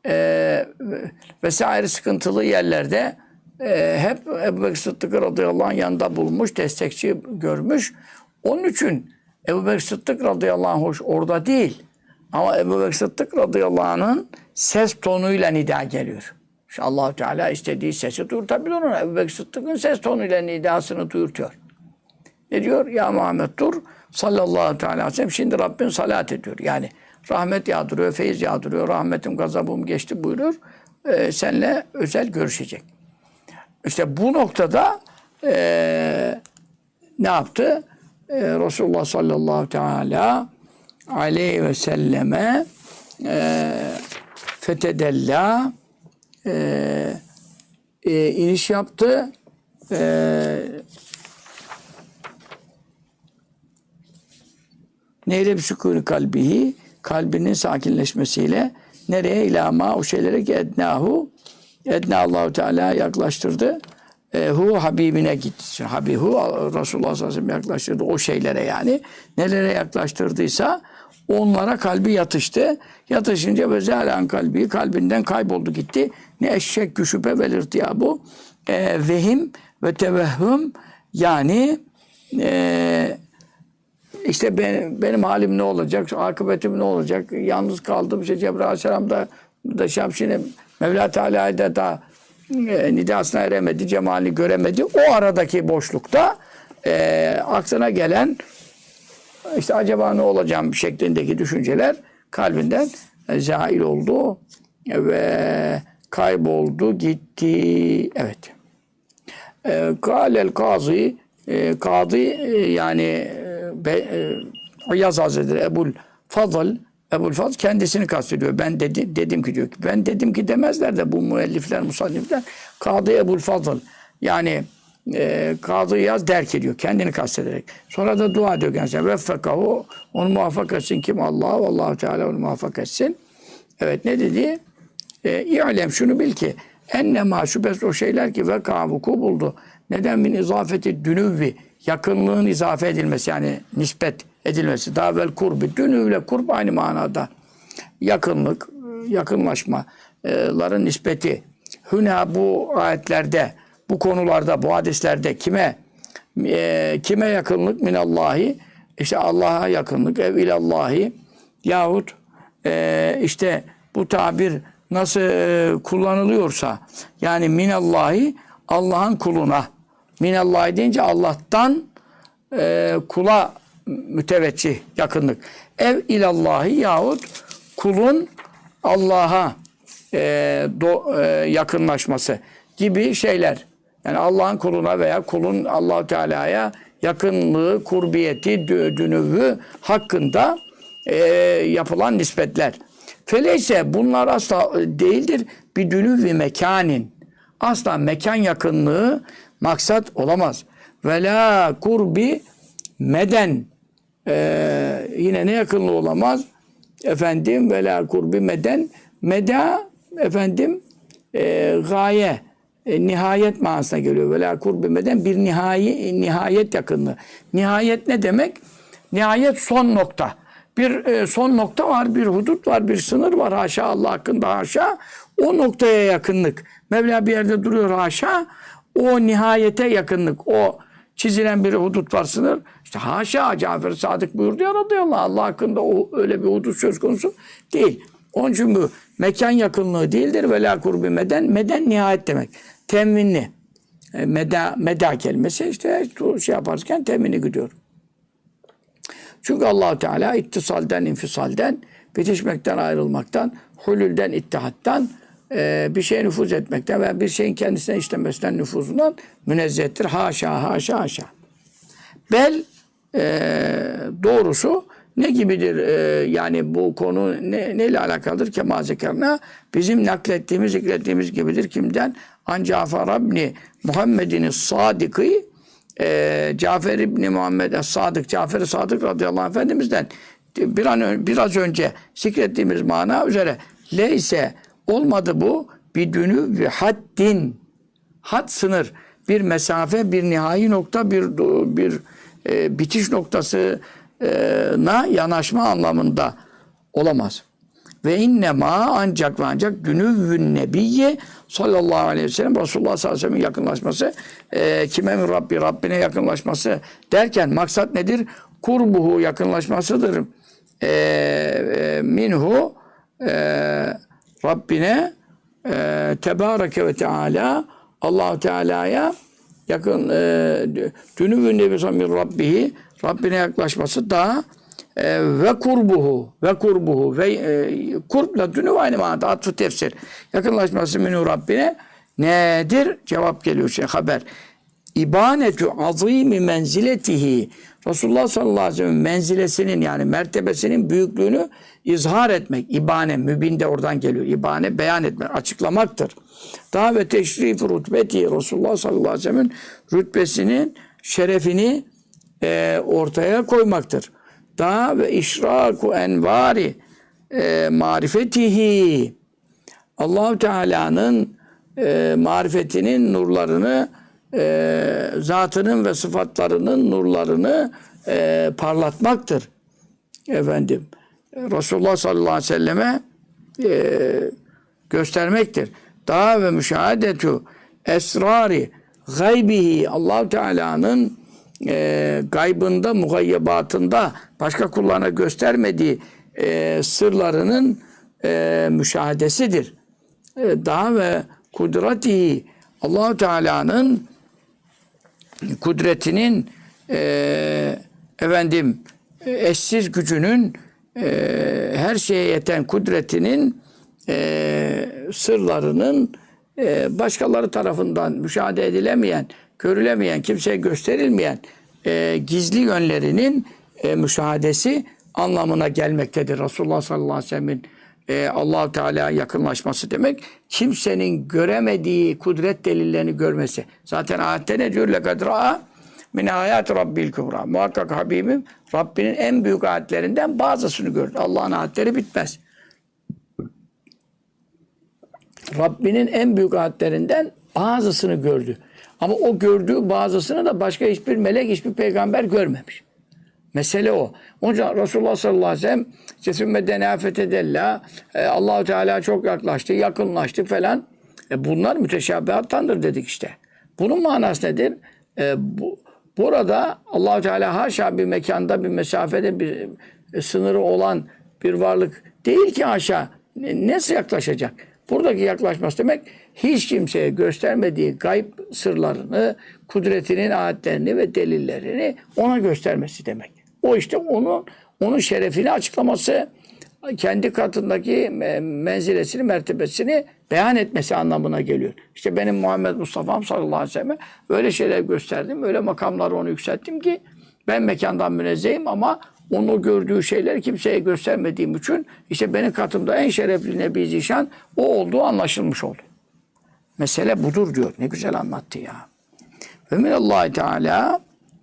vesaire sıkıntılı yerlerde hep Ebu Bekir Sıddık radıyallahu anh yanında bulunmuş, destekçi görmüş. Onun için Ebu Bekir Sıddık radıyallahu anh hoş orada değil. Ama Ebu Bekir Sıddık radıyallahu anh'ın ses tonuyla nida geliyor. İşte Allah-u Teala istediği sesi duyurtabilir ona. Ebu Bekir Sıddık'ın ses tonuyla nidasını duyurtuyor. Ne diyor? Ya Muhammed dur sallallahu aleyhi ve sellem. Şimdi Rabbin salat ediyor. Yani rahmet yağdırıyor, feyiz yağdırıyor. Rahmetim gazabım geçti buyuruyor. Seninle özel görüşecek. İşte bu noktada ne yaptı? Resulullah sallallahu teala aleyhi ve selleme fetedella iniş yaptı. Neyle bir sükûnü kalbihi, kalbinin sakinleşmesiyle nereye ilama o şeylere ki ednahu, Allahu Teala yaklaştırdı. Hu Habibine gitti. Habihu Resulullah sallallahu aleyhi ve sellem yaklaştırdı o şeylere yani. Nelere yaklaştırdıysa onlara kalbi yatıştı. Yatışınca ve zâlen kalbi kalbinden kayboldu gitti. Ne eşşek şüphe belirtiya bu. Vehim ve tevehhüm yani işte benim halim ne olacak, akıbetim ne olacak, yalnız kaldım. İşte Cebrail Aleyhisselam da Şamşin'e Mevla Teala'ya da nidasına eremedi, cemalini göremedi. O aradaki boşlukta aklına gelen işte acaba ne olacağım şeklindeki düşünceler kalbinden zail oldu ve kayboldu, gitti. Evet. Kâlel kâzî kadı yani İyaz Hazretleri Ebu'l Fadıl kendisini kastediyor. Ben dedim ki diyor ki. Ben dedim ki demezler de bu müellifler, musannifler. Kadı Ebu'l Fadıl yani Kadı İyaz der ki diyor. Kendini kastederek. Sonra da dua ediyor kendisine. Veffekahu onu muvaffak etsin kim? Allah. Allah-u Teala onu muvaffak etsin. Evet ne dedi? İ'lem şunu bil ki ennema şüphesiz o şeyler ki veka vuku buldu. Neden min izafeti dünüvvi yakınlığın izafe edilmesi yani nispet edilmesi. Daha vel kurbi. Dünüvle kurb aynı manada. Yakınlık, yakınlaşmaların nispeti. Hüna bu ayetlerde, bu konularda, bu hadislerde kime yakınlık? Minallahi. İşte Allah'a yakınlık. Ev ilallahi. Yahut işte bu tabir nasıl kullanılıyorsa yani minallahi Allah'ın kuluna. Minallahi deyince Allah'tan kula müteveccih yakınlık. Ev ilallahi yahut kulun Allah'a yakınlaşması gibi şeyler. Yani Allah'ın kuluna veya kulun Allah-u Teala'ya yakınlığı, kurbiyeti, dünüvü hakkında yapılan nispetler. Feleyse bunlar asla değildir. Bir dünüvvi mekanin. Asla mekan yakınlığı maksat olamaz. Ve la kurbi meden yine ne yakınlığı olamaz? Efendim ve la kurbi meden meda efendim gaye nihayet manasına geliyor. Ve la kurbi meden bir nihayet yakınlığı. Nihayet ne demek? Nihayet son nokta. Bir son nokta var, bir hudut var, bir sınır var. Haşa Allah hakkında haşa. O noktaya yakınlık. Mevla bir yerde duruyor haşa. O nihayete yakınlık. O çizilen bir hudut var, sınır. İşte haşa Cafer Sadık buyurdu ya radıyallahu anh. Allah hakkında o öyle bir hudut söz konusu değil. Onun için bu mekan yakınlığı değildir. Ve la kurbi meden. Meden nihayet demek. Teminli. Meda kelimesi işte şey yaparken temini gidiyor. Çünkü Allah-u Teala ittisalden, infisalden, bitişmekten, ayrılmaktan, hulülden, ittihattan, bir şeye nüfuz etmekten veya bir şeyin kendisine işlemesinden nüfuzundan münezzehtir. Haşa, haşa, haşa. Bel doğrusu ne gibidir? Yani bu konu neyle alakalıdır? Kema zekerna bizim naklettiğimiz, zikrettiğimiz gibidir. Kimden? An Cafer ibn Muhammed'in Sadık'ı Cafer İbni Muhammed Sadık, Cafer-i Sadık radıyallahu anh Efendimiz'den biraz önce zikrettiğimiz mana üzere leyse olmadı bu bir dünü ve haddin had sınır bir mesafe bir nihai nokta bir bitiş noktasına yanaşma anlamında olamaz. Ve innema ancak ve ancak dünüvvün nebiyye sallallahu aleyhi ve sellem Resulullah sallallahu aleyhi ve sellem'in yakınlaşması kime min Rabbi Rabbine yakınlaşması derken maksat nedir? Kurbuhu yakınlaşmasıdır. Minhu Rabbine Tebareke ve Teala Allah-u Teala'ya yakın dünüvün nebi min Rabbihi Rabbine yaklaşması da ve kurbuhu ve kurbla dünü aynı manada atfı tefsir yakınlaşması minhu Rabbine nedir? Cevap geliyor haber. İbanetu azimi menziletihi Resulullah sallallahu aleyhi ve sellem menzilesinin yani mertebesinin büyüklüğünü izhar etmek. İbane, mübin de oradan geliyor. İbane beyan etmek, açıklamaktır. Daha ve teşrif rütbeti Resulullah sallallahu aleyhi ve sellem'in rütbesinin şerefini ortaya koymaktır. Daha ve işraku envari marifetihi Allah-u Teala'nın marifetinin nurlarını zatının ve sıfatlarının nurlarını parlatmaktır. Efendim Resulullah sallallahu aleyhi ve selleme göstermektir. Daha ve müşahedetu esrari gaybihi Allah-u Teala'nın gaybında, mugayyebatında başka kullarına göstermediği sırlarının müşahedesidir. Daha ve kudretihi Allah-u Teala'nın kudretinin eşsiz gücünün her şeye yeten kudretinin sırlarının başkaları tarafından müşahede edilemeyen, görülemeyen, kimseye gösterilmeyen gizli yönlerinin müşahedesi anlamına gelmektedir. Resulullah sallallahu aleyhi ve sellem'in Allah-u Teala'ya yakınlaşması demek, kimsenin göremediği kudret delillerini görmesi. Zaten ayette ne diyor? لَقَدْ رَأَى مِنْ آيَاتِ رَبِّ الْكُبْرَى Muhakkak Habibim Rabbinin en büyük ayetlerinden bazısını gördü. Allah'ın ayetleri bitmez. Rabbinin en büyük ayetlerinden bazısını gördü. Ama o gördüğü bazısını da başka hiçbir melek, hiçbir peygamber görmemiş. Mesele o. Onun için Resulullah sallallahu aleyhi ve sellem Sümme denâ fetedellâ Allah-u Teala çok yaklaştı, yakınlaştı falan. Bunlar müteşabihattandır dedik işte. Bunun manası nedir? Burada Allah-u Teala haşa bir mekanda, bir mesafede bir sınırı olan bir varlık değil ki haşa. Nasıl yaklaşacak? Buradaki yaklaşması demek hiç kimseye göstermediği gayb sırlarını, kudretinin ayetlerini ve delillerini ona göstermesi demek. O işte onun şerefini açıklaması, kendi katındaki menzilesini, mertebesini beyan etmesi anlamına geliyor. İşte benim Muhammed Mustafa'm sallallahu aleyhi ve selleme öyle şeyler gösterdim, öyle makamları onu yükselttim ki ben mekandan münezzehim ama onu gördüğü şeyleri kimseye göstermediğim için işte benim katımda en şerefli Nebi Zişan o olduğu anlaşılmış oldu. Mesele budur diyor. Ne güzel anlattı ya. Ve minallahi Teala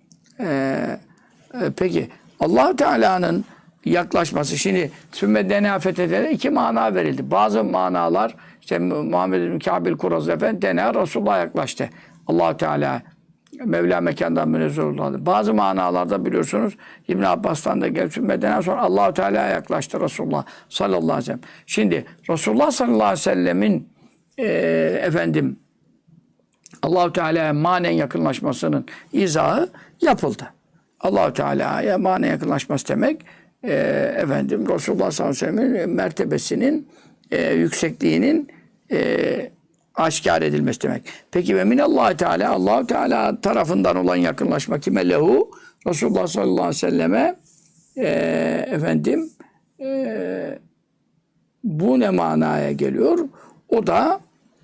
peki Allah-u Teala'nın yaklaşması şimdi sümmeddeni afetede iki mana verildi. Bazı manalar işte Muhammed bin Kâbil Kuraz Efendi dene Resulullah'a yaklaştı. Allah-u Teala Mevla mekandan münezzeh oldu. Bazı manalarda biliyorsunuz İbn Abbas'tan da gel sümmeden sonra Allah-u Teala'ya yaklaştı Resulullah sallallahu aleyhi ve sellem. Şimdi Resulullah sallallahu aleyhi ve sellemin Allah-u Teala'ya manen yakınlaşmasının izahı yapıldı. Allah-u Teala'ya manen yakınlaşması demek Resulullah sallallahu aleyhi ve sellem'in mertebesinin yüksekliğinin aşikar edilmesi demek. Peki ve minallahi Teala Allah-u Teala tarafından olan yakınlaşma kime lehu? Resulullah sallallahu aleyhi ve selleme bu ne manaya geliyor? O da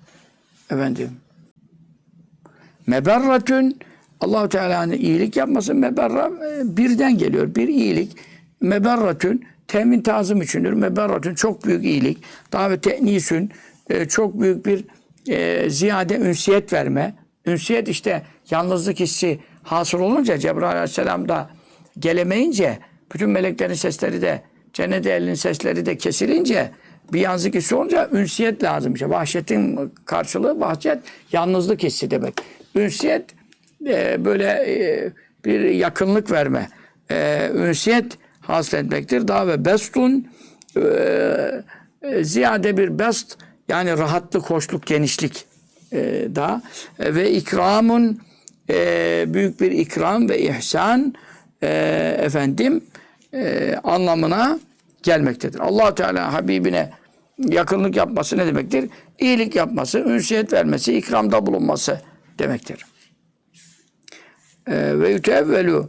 meberratün Allah-u Teala'nın iyilik yapması meberra birden geliyor. Bir iyilik meberratün temin tazım içindir. Meberratün çok büyük iyilik. Daha ve te'nisün çok büyük bir ziyade ünsiyet verme. Ünsiyet işte yalnızlık hissi hasıl olunca Cebrail aleyhisselam da gelemeyince bütün meleklerin sesleri de cennet ehlinin sesleri de kesilince bir yalnızlık hissi olunca ünsiyet lazım. İşte vahşetin karşılığı vahşet yalnızlık hissi demek. Ünsiyet böyle bir yakınlık verme. Ünsiyet hasıl etmektir. Daha ve bestun ziyade bir best, yani rahatlık, hoşluk, genişlik da ve ikramun, büyük bir ikram ve ihsan anlamına gelmektedir. Allah Teala Habibine yakınlık yapması ne demektir? İyilik yapması, ünsiyet vermesi, ikramda bulunması demektir. Ve yütevvelu,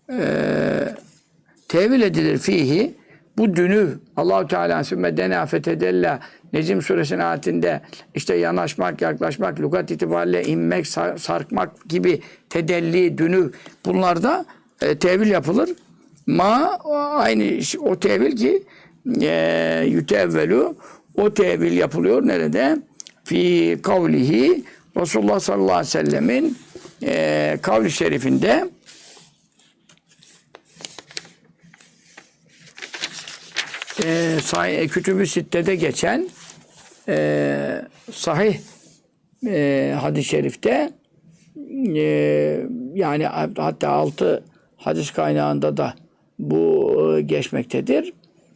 tevil edilir fihi, bu dünü Allah-u Teala sümme dena fetedella Necm suresinin ayetinde işte yanaşmak, yaklaşmak, lügat itibariyle inmek, sarkmak gibi tedelli, dünü, bunlarda tevil yapılır. Aynı o tevil ki yütevvelu, o tevil yapılıyor nerede? Fi kavlihi, Resulullah sallallahu aleyhi ve sellemin kavli şerifinde Kütüb-ü Sitte'de geçen sahih hadis-i şerifte yani hatta 6 hadis kaynağında da bu geçmektedir.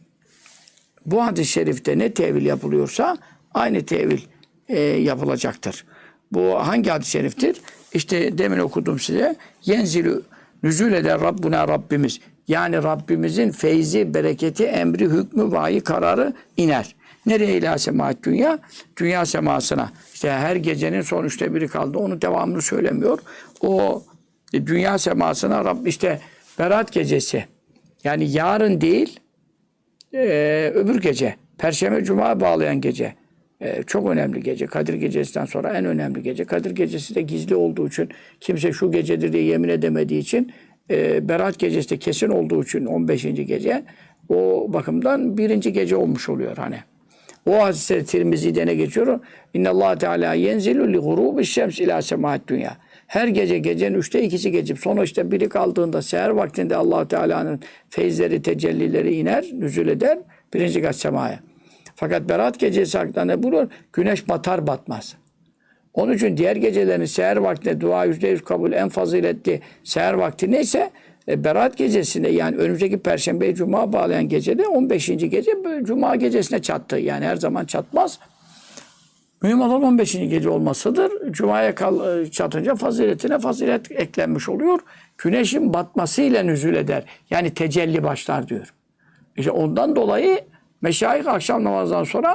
Bu hadis-i şerifte ne tevil yapılıyorsa aynı tevil yapılacaktır. Bu hangi hadis-i şeriftir? İşte demin okudum size. Yenzilü, nüzul eder Rabbuna, Rabbimiz. Yani Rabbimizin feyzi, bereketi, emri, hükmü, vahiy, kararı iner. Nereye? İlâ semâet dünya? Dünya semasına. İşte her gecenin son 1/3 kaldı. Onun devamını söylemiyor. O dünya semasına Rabb, işte Berat gecesi. Yani yarın değil, öbür gece. Perşembe Cuma'ya bağlayan gece. Çok önemli gece. Kadir Gecesi'nden sonra en önemli gece. Kadir Gecesi de gizli olduğu için, kimse şu gecedir diye yemin edemediği için, Berat Gecesi de kesin olduğu için 15. gece, o bakımdan 1. gece olmuş oluyor hani. O hadis-i Tirmizi'de ne geçiyor? İnnallâhu Teâlâ yenzilu li gurûbi'ş-şems ilâ semâet dünya. Her gece gecenin 3'te 2'si geçip sonra işte biri kaldığında seher vaktinde Allah Teala'nın feyizleri, tecellileri iner, nüzul eder 1. kat semaya. Fakat Berat gecesi hakkında ne buyuruyor? Güneş batar batmaz. Onun için diğer gecelerin seher vaktinde dua %100 kabul, en faziletli seher vakti neyse, Berat gecesinde, yani önümüzdeki Perşembe Cuma bağlayan gecede 15. gece Cuma gecesine çattı. Yani her zaman çatmaz. Mühim olan 15. gece olmasıdır. Cuma'ya çatınca faziletine fazilet eklenmiş oluyor. Güneşin batmasıyla nüzul eder. Yani tecelli başlar diyor. İşte ondan dolayı meşayih akşam namazından sonra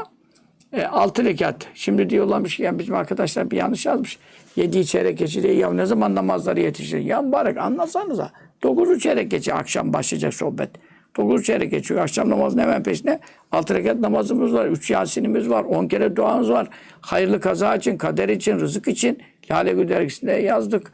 6 rekat. Şimdi diyorlarmış ki yani bizim arkadaşlar bir yanlış yazmış. 7 çeyrek geçi diye, ya ne zaman namazları yetişir? Ya mübarek anlatsanıza. 9 çeyrek geçi akşam başlayacak sohbet. 9 çeyrek geçiyor. Akşam namazının hemen peşine 6 rekat namazımız var. 3 Yasin'imiz var. 10 kere duamız var. Hayırlı kaza için, kader için, rızık için. Lale Gül dergisinde yazdık.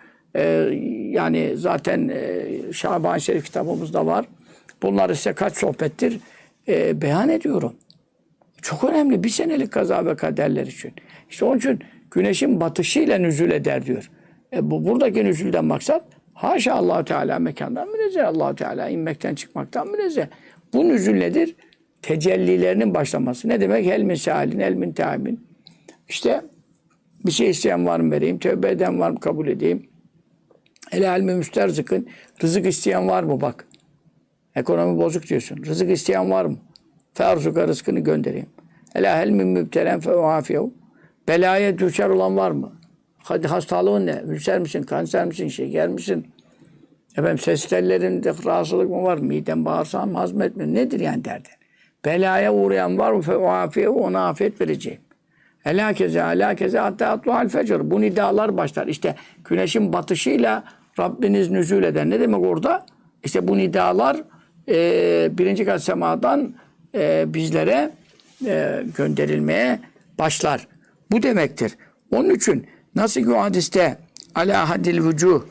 Yani zaten Şaban Şerif kitabımızda var. Bunları size kaç sohbettir beyan ediyorum. Çok önemli. 1 senelik kaza ve kaderler için. İşte onun için güneşin batışıyla nüzul eder diyor. Buradaki nüzulden maksat haşa Allah-u Teala mekandan münezzeh. Allah-u Teala inmekten çıkmaktan münezzeh. Bu nüzul nedir? Tecellilerinin başlaması. Ne demek? Helmin sâlin, helmin tâmin. İşte bir şey isteyen var mı vereyim? Tövbe eden var mı kabul edeyim? Hele helmi müsterzıkın. Rızık isteyen var mı bak? Ekonomi bozuk diyorsun. Rızık isteyen var mı? Ferzuka rızkını göndereyim. Ela helmin mübtelen feuafiyehu. Belaya düşer olan var mı? Hadi hastalığın ne? Ülser misin? Kanser misin? Şeker misin? Efendim ses tellerinde rahatsızlık mı var? Midem bağırsam hazmetmiyor. Nedir yani derdin? Belaya uğrayan var mı? Feuafiyehu, ona afiyet vereceğim. Ela keze hatta atluhal fecr. Bu nidalar başlar. İşte güneşin batışıyla Rabbiniz nüzul eder. Ne demek orada? İşte bu nidalar 1. kat semadan bizlere gönderilmeye başlar. Bu demektir. Onun için nasıl ki o hadiste ala hadil vücuh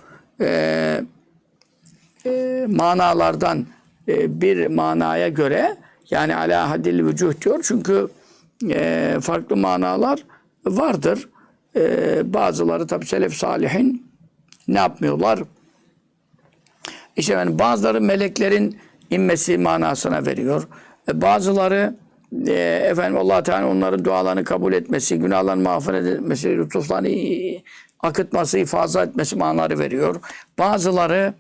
manalardan bir manaya göre, yani ala hadil vücuh diyor çünkü farklı manalar vardır. Bazıları tabi selef salihin ne yapmıyorlar? İşte yani bazıları meleklerin inmesi manasına veriyor. Bazıları Allah Teala onların dualarını kabul etmesi, günahlarını mağfiret etmesi, lütuflarını akıtması, ifaza etmesi manaları veriyor. Bazıları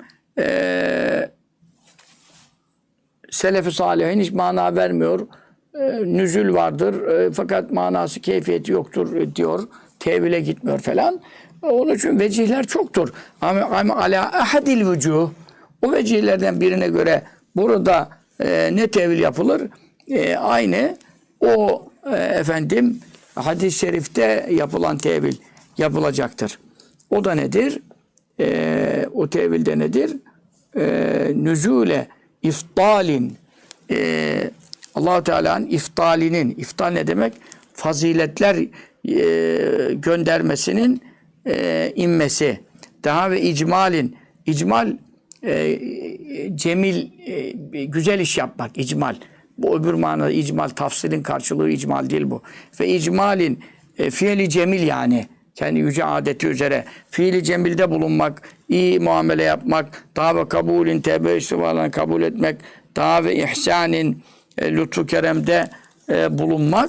Selef-i Salihin hiç mana vermiyor. nüzül vardır fakat manası keyfiyeti yoktur diyor. Tevile gitmiyor falan. Onun için vecihler çoktur. Ama ala ahadil vücuh, o vecihlerden birine göre burada ne tevil yapılır? Aynı o efendim hadis-i şerifte yapılan tevil yapılacaktır. O da nedir? O tevilde nedir? Nüzule iftalin, Allah-u Teala'nın iftalinin, iftal ne demek? Faziletler göndermesinin inmesi. Daha ve icmalin, icmal cemil, güzel iş yapmak, icmal. Bu öbür manada icmal, tafsilin karşılığı icmal değil bu. Ve icmalin, fiili cemil yani. Kendi yüce adeti üzere fiili cemilde bulunmak, iyi muamele yapmak, daha ve kabulün, tevbe istiğfarlarını kabul etmek, daha ve ihsanin, lütfu keremde bulunmak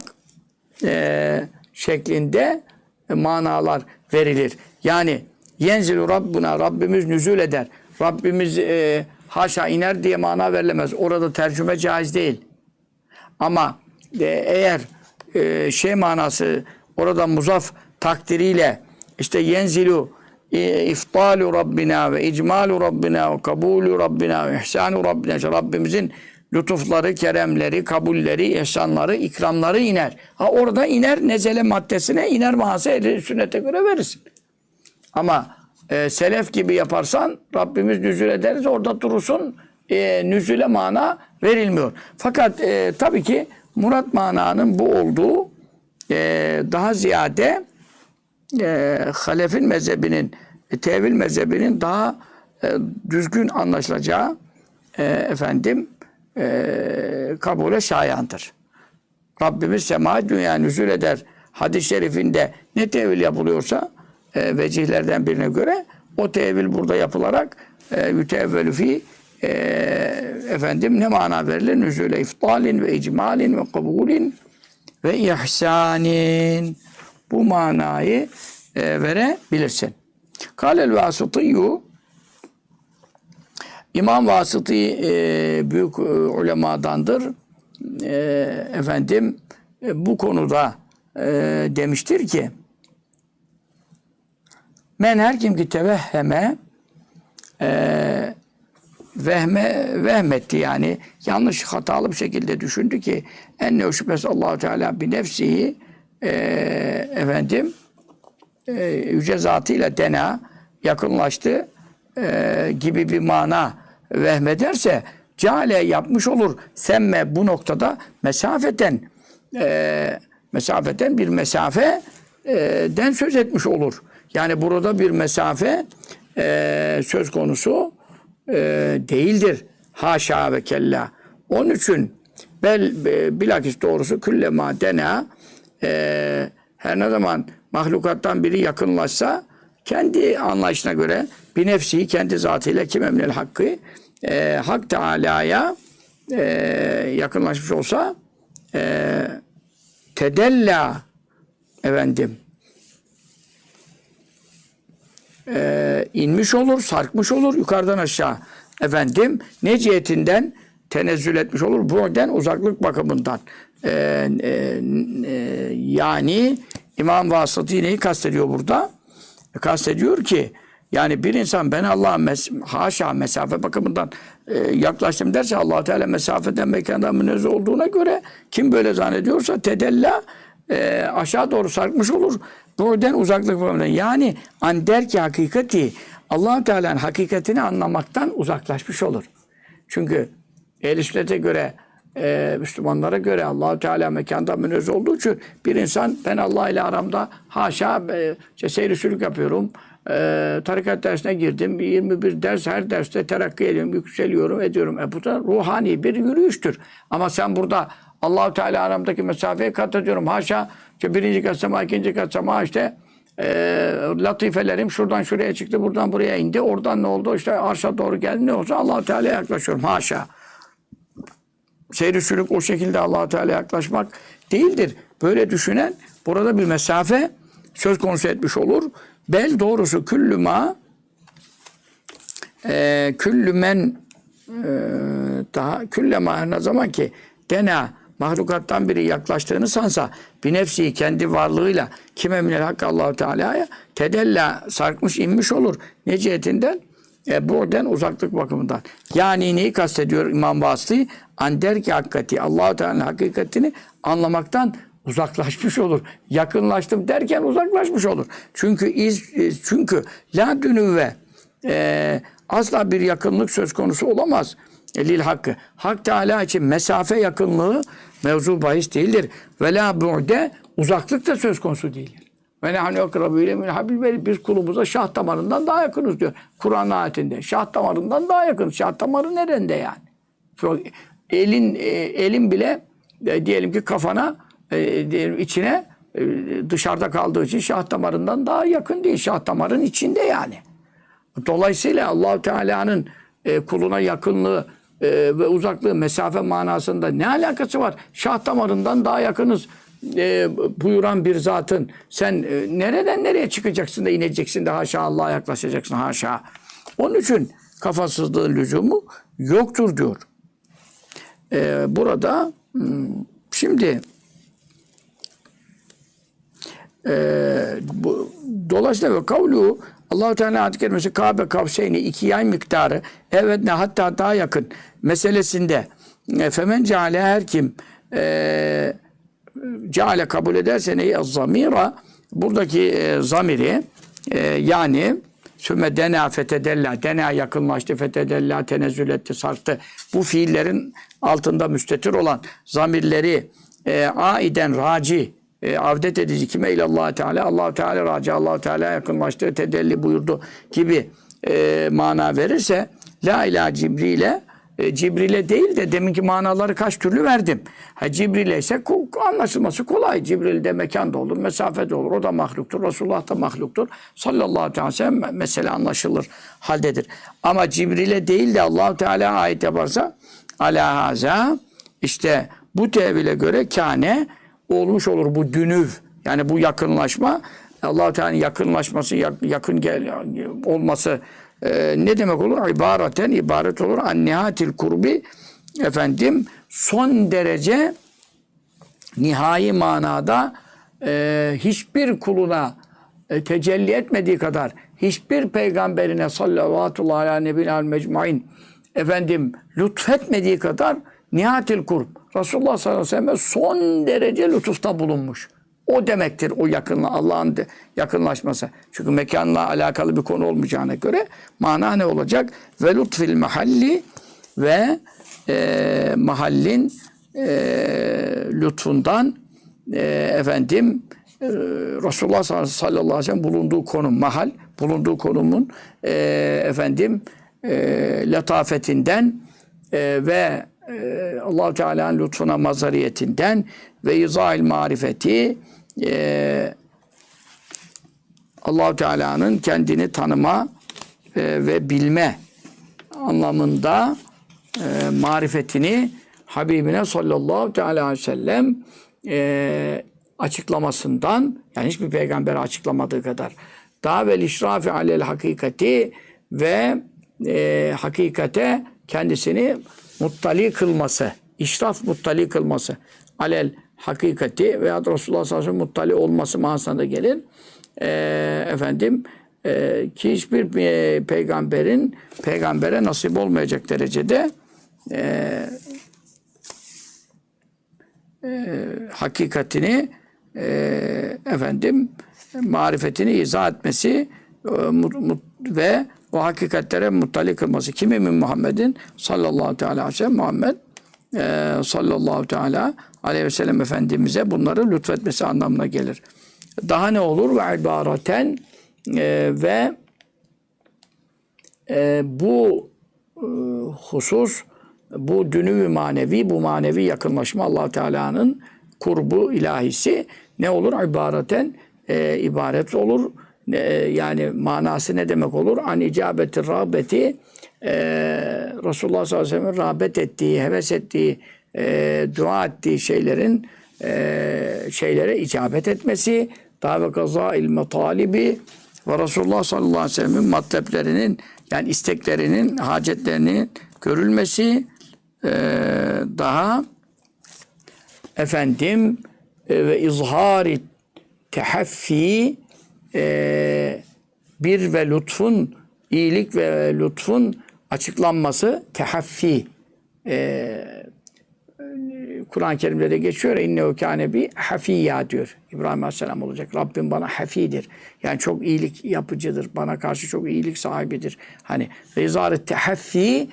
şeklinde manalar verilir. Yani yenzilu Rabbuna, Rabbimiz nüzul eder. Rabbimiz haşa iner diye mana verilemez. Orada tercüme caiz değil. Ama eğer şey manası orada muzaf takdiriyle işte yenzilu iftalu Rabbina ve icmalu Rabbina ve kabulü Rabbina ve ihsanu Rabbina. İşte Rabbimizin lütufları, keremleri, kabulleri, ihsanları, ikramları iner. Ha orada iner, nezele maddesine iner manası ehli sünnete göre verirsin. Ama selef gibi yaparsan Rabbimiz nüzul ederiz, orada durursun, nüzule mana verilmiyor. Fakat tabii ki murat mananın bu olduğu daha ziyade Halef'in mezhebinin, tevil mezhebinin daha düzgün anlaşılacağı kabule şayandır. Rabbimiz sema dünya nüzul eder. Hadis-i şerifinde ne tevil yapılıyorsa vecihlerden birine göre o tevil burada yapılarak yütevvelü fi ne mana verilir? Nüzule iftalin ve icmalin ve kabulin ve ihsanin. Bu manayı verebilirsin. Kâlel vasıtıyyu, İmam Vasıtı büyük ulemadandır. Bu konuda demiştir ki men her kim ki tevehheme vehmetti yani yanlış hatalı bir şekilde düşündü ki enne şüphesiz Allah-u Teala bi nefsihi yüce zatıyla dena yakınlaştı gibi bir mana vehmederse ceale yapmış olur. Semme bu noktada mesafeten bir mesafeden söz etmiş olur. Yani burada bir mesafe söz konusu değildir. Haşa ve kella. Onun için bilakis doğrusu küllema dena her ne zaman mahlukattan biri yakınlaşsa kendi anlayışına göre bir nefsi kendi zatıyla kim emnel hakkı Hak Teala'ya yakınlaşmış olsa tedella inmiş olur, sarkmış olur yukarıdan aşağı ne cihetinden tenezzül etmiş olur, buradan uzaklık bakımından yani İmam Vasıtı neyi kastediyor burada? Kastediyor ki yani bir insan ben Allah'a haşa mesafe bakımından yaklaştım derse Allah Teala mesafeden mekandan münezzeh olduğuna göre kim böyle zannediyorsa tedella aşağı doğru sarkmış olur. Buradan uzaklık bakımından. Yani der ki hakikati Allah Teala'nın hakikatini anlamaktan uzaklaşmış olur. Çünkü ehl-i sünnete göre Müslümanlara göre Allah Teala mekanda münezzeh olduğu için bir insan ben Allah ile aramda haşa seyri sülük yapıyorum. Tarikat dersine girdim. 21 ders, her derste terakki ediyorum, yükseliyorum, ediyorum. Bu da ruhani bir yürüyüştür. Ama sen burada Allah-u Teala aramdaki mesafeyi kat ediyorum. Haşa işte birinci kat sema, ikinci kat sema latifelerim şuradan şuraya çıktı, buradan buraya indi. Oradan ne oldu? İşte arşa doğru geldi. Ne olsa Allah-u Teala'ya yaklaşıyorum. Haşa. Seyri sülük o şekilde Allah-u Teala'ya yaklaşmak değildir. Böyle düşünen burada bir mesafe söz konusu etmiş olur. Bel doğrusu küllümen küllema her ne zaman ki dena mahlukattan biri yaklaştığını sansa bir nefsi kendi varlığıyla kime minel hakkı Allah-u Teala'ya tedella sarkmış inmiş olur. Ne cihetinden? Buradan uzaklık bakımından. Yani neyi kastediyor İmam Vasıtî? An ki hakikati. Allah-u Teala'nın hakikatini anlamaktan uzaklaşmış olur. Yakınlaştım derken uzaklaşmış olur. Çünkü la dünüvve asla bir yakınlık söz konusu olamaz. Lil hakkı. Hak Teala için mesafe yakınlığı mevzu bahis değildir. Ve la bu'de uzaklık da söz konusu değildir. Ve nehnu akrabu ile min hablil verid. Biz kulumuza şah damarından daha yakınız diyor. Kur'an ayetinde. Şah damarından daha yakınız. Şah damarı nerede yani? Elin bile diyelim ki kafana diyelim içine dışarıda kaldığı için şah damarından daha yakın değil. Şah damarın içinde yani. Dolayısıyla Allah-u Teala'nın kuluna yakınlığı ve uzaklığı mesafe manasında ne alakası var? Şah damarından daha yakınız buyuran bir zatın sen nereden nereye çıkacaksın da ineceksin de haşa Allah'a yaklaşacaksın haşa. Onun için kafasızlığın lüzumu yoktur diyor. Burada şimdi dolayısıyla ve kavlu Allah-u Teala ayet-i kerimesi Kabe kavseyni 2 yay miktarı evet ne hatta daha yakın meselesinde femen ceale her kim ceale kabul ederse neyi zamira buradaki zamiri yani sümme dena fetedella dena yakınlaştı fetedella tenezzül etti sarktı bu fiillerin altında müstetir olan zamirleri aiden raci avdet edici kime ilallah Teala Allah Teala raci Allah Teala yakınlaştı tedelli buyurdu gibi mana verirse la ilahe Cibril'e Cibril'e değil de deminki manaları kaç türlü verdim. Cibril'e ise anlaşılması kolay. Cibril'de mekanda olur, mesafede olur. O da mahluktur. Resulullah da mahluktur. Sallallahu aleyhi ve sellem mesele anlaşılır haldedir. Ama Cibril'e değil de Allah-u Teala ayet yaparsa ala haza işte bu tevile göre kâne olmuş olur bu dünüv. Yani bu yakınlaşma Allah-u Teala'nın yakınlaşması, yakın olması ne demek olur? İbaret olur. An-nihatil kurbi efendim son derece nihai manada hiçbir kuluna tecelli etmediği kadar hiçbir peygamberine sallallahu aleyhi ve nebiyina mecmain efendim lütfetmediği kadar nihatil kurb. Resulullah sallallahu aleyhi ve sellem son derece lütufta bulunmuş. O demektir o yakınlığı, Allah'ın yakınlaşması. Çünkü mekanla alakalı bir konu olmayacağına göre mana ne olacak? Ve lütfil mahalli ve mahallin lütfundan efendim Resulullah sallallahu aleyhi ve sellem bulunduğu konum, mahal, bulunduğu konumun efendim letafetinden ve Allah-u Teala'nın lütfuna mazariyetinden ve izahil marifeti Allah-u Teala'nın kendini tanıma ve bilme anlamında marifetini Habibine sallallahu teala aleyhi ve sellem açıklamasından yani hiçbir peygamber açıklamadığı kadar daha vel işrafi alel hakikati ve hakikate kendisini muttali kılması, işraf muttali kılması alel hakikati veya Resulullah sallallahu aleyhi ve sellem muttali olması manasına da gelir. Efendim ki hiçbir peygambere nasip olmayacak derecede hakikatini efendim marifetini izah etmesi ve o hakikatlere muttali kılması. Kimi min Muhammed'in sallallahu teala aleyhi ve sellem Muhammed sallallahu teala aleyhi ve sellem Efendimiz'e bunları lütfetmesi anlamına gelir. Daha ne olur? Ve ibaraten ve bu husus, bu dünü manevi, bu manevi yakınlaşma Allah Teala'nın kurbu ilahisi ne olur? İbaraten ibaret olur. Yani manası ne demek olur? An icabeti rağbeti Resulullah sallallahu aleyhi ve sellem rağbet ettiği, heves ettiği, dua ettiği şeylerin şeylere icabet etmesi, daha ve kazail matalibi ve Resulullah sallallahu aleyhi ve sellem'in matleplerinin yani isteklerinin, hacetlerinin görülmesi daha efendim ve izhari tehaffi bir ve lütfun, iyilik ve lütfun açıklanması, tehaffi. Kur'an-ı Kerim'de de geçiyor. İnnehu kâne bi hafiyya diyor. İbrahim Aleyhisselam olacak. Rabbim bana hafidir. Yani çok iyilik yapıcıdır. Bana karşı çok iyilik sahibidir. Hani izhari tehaffi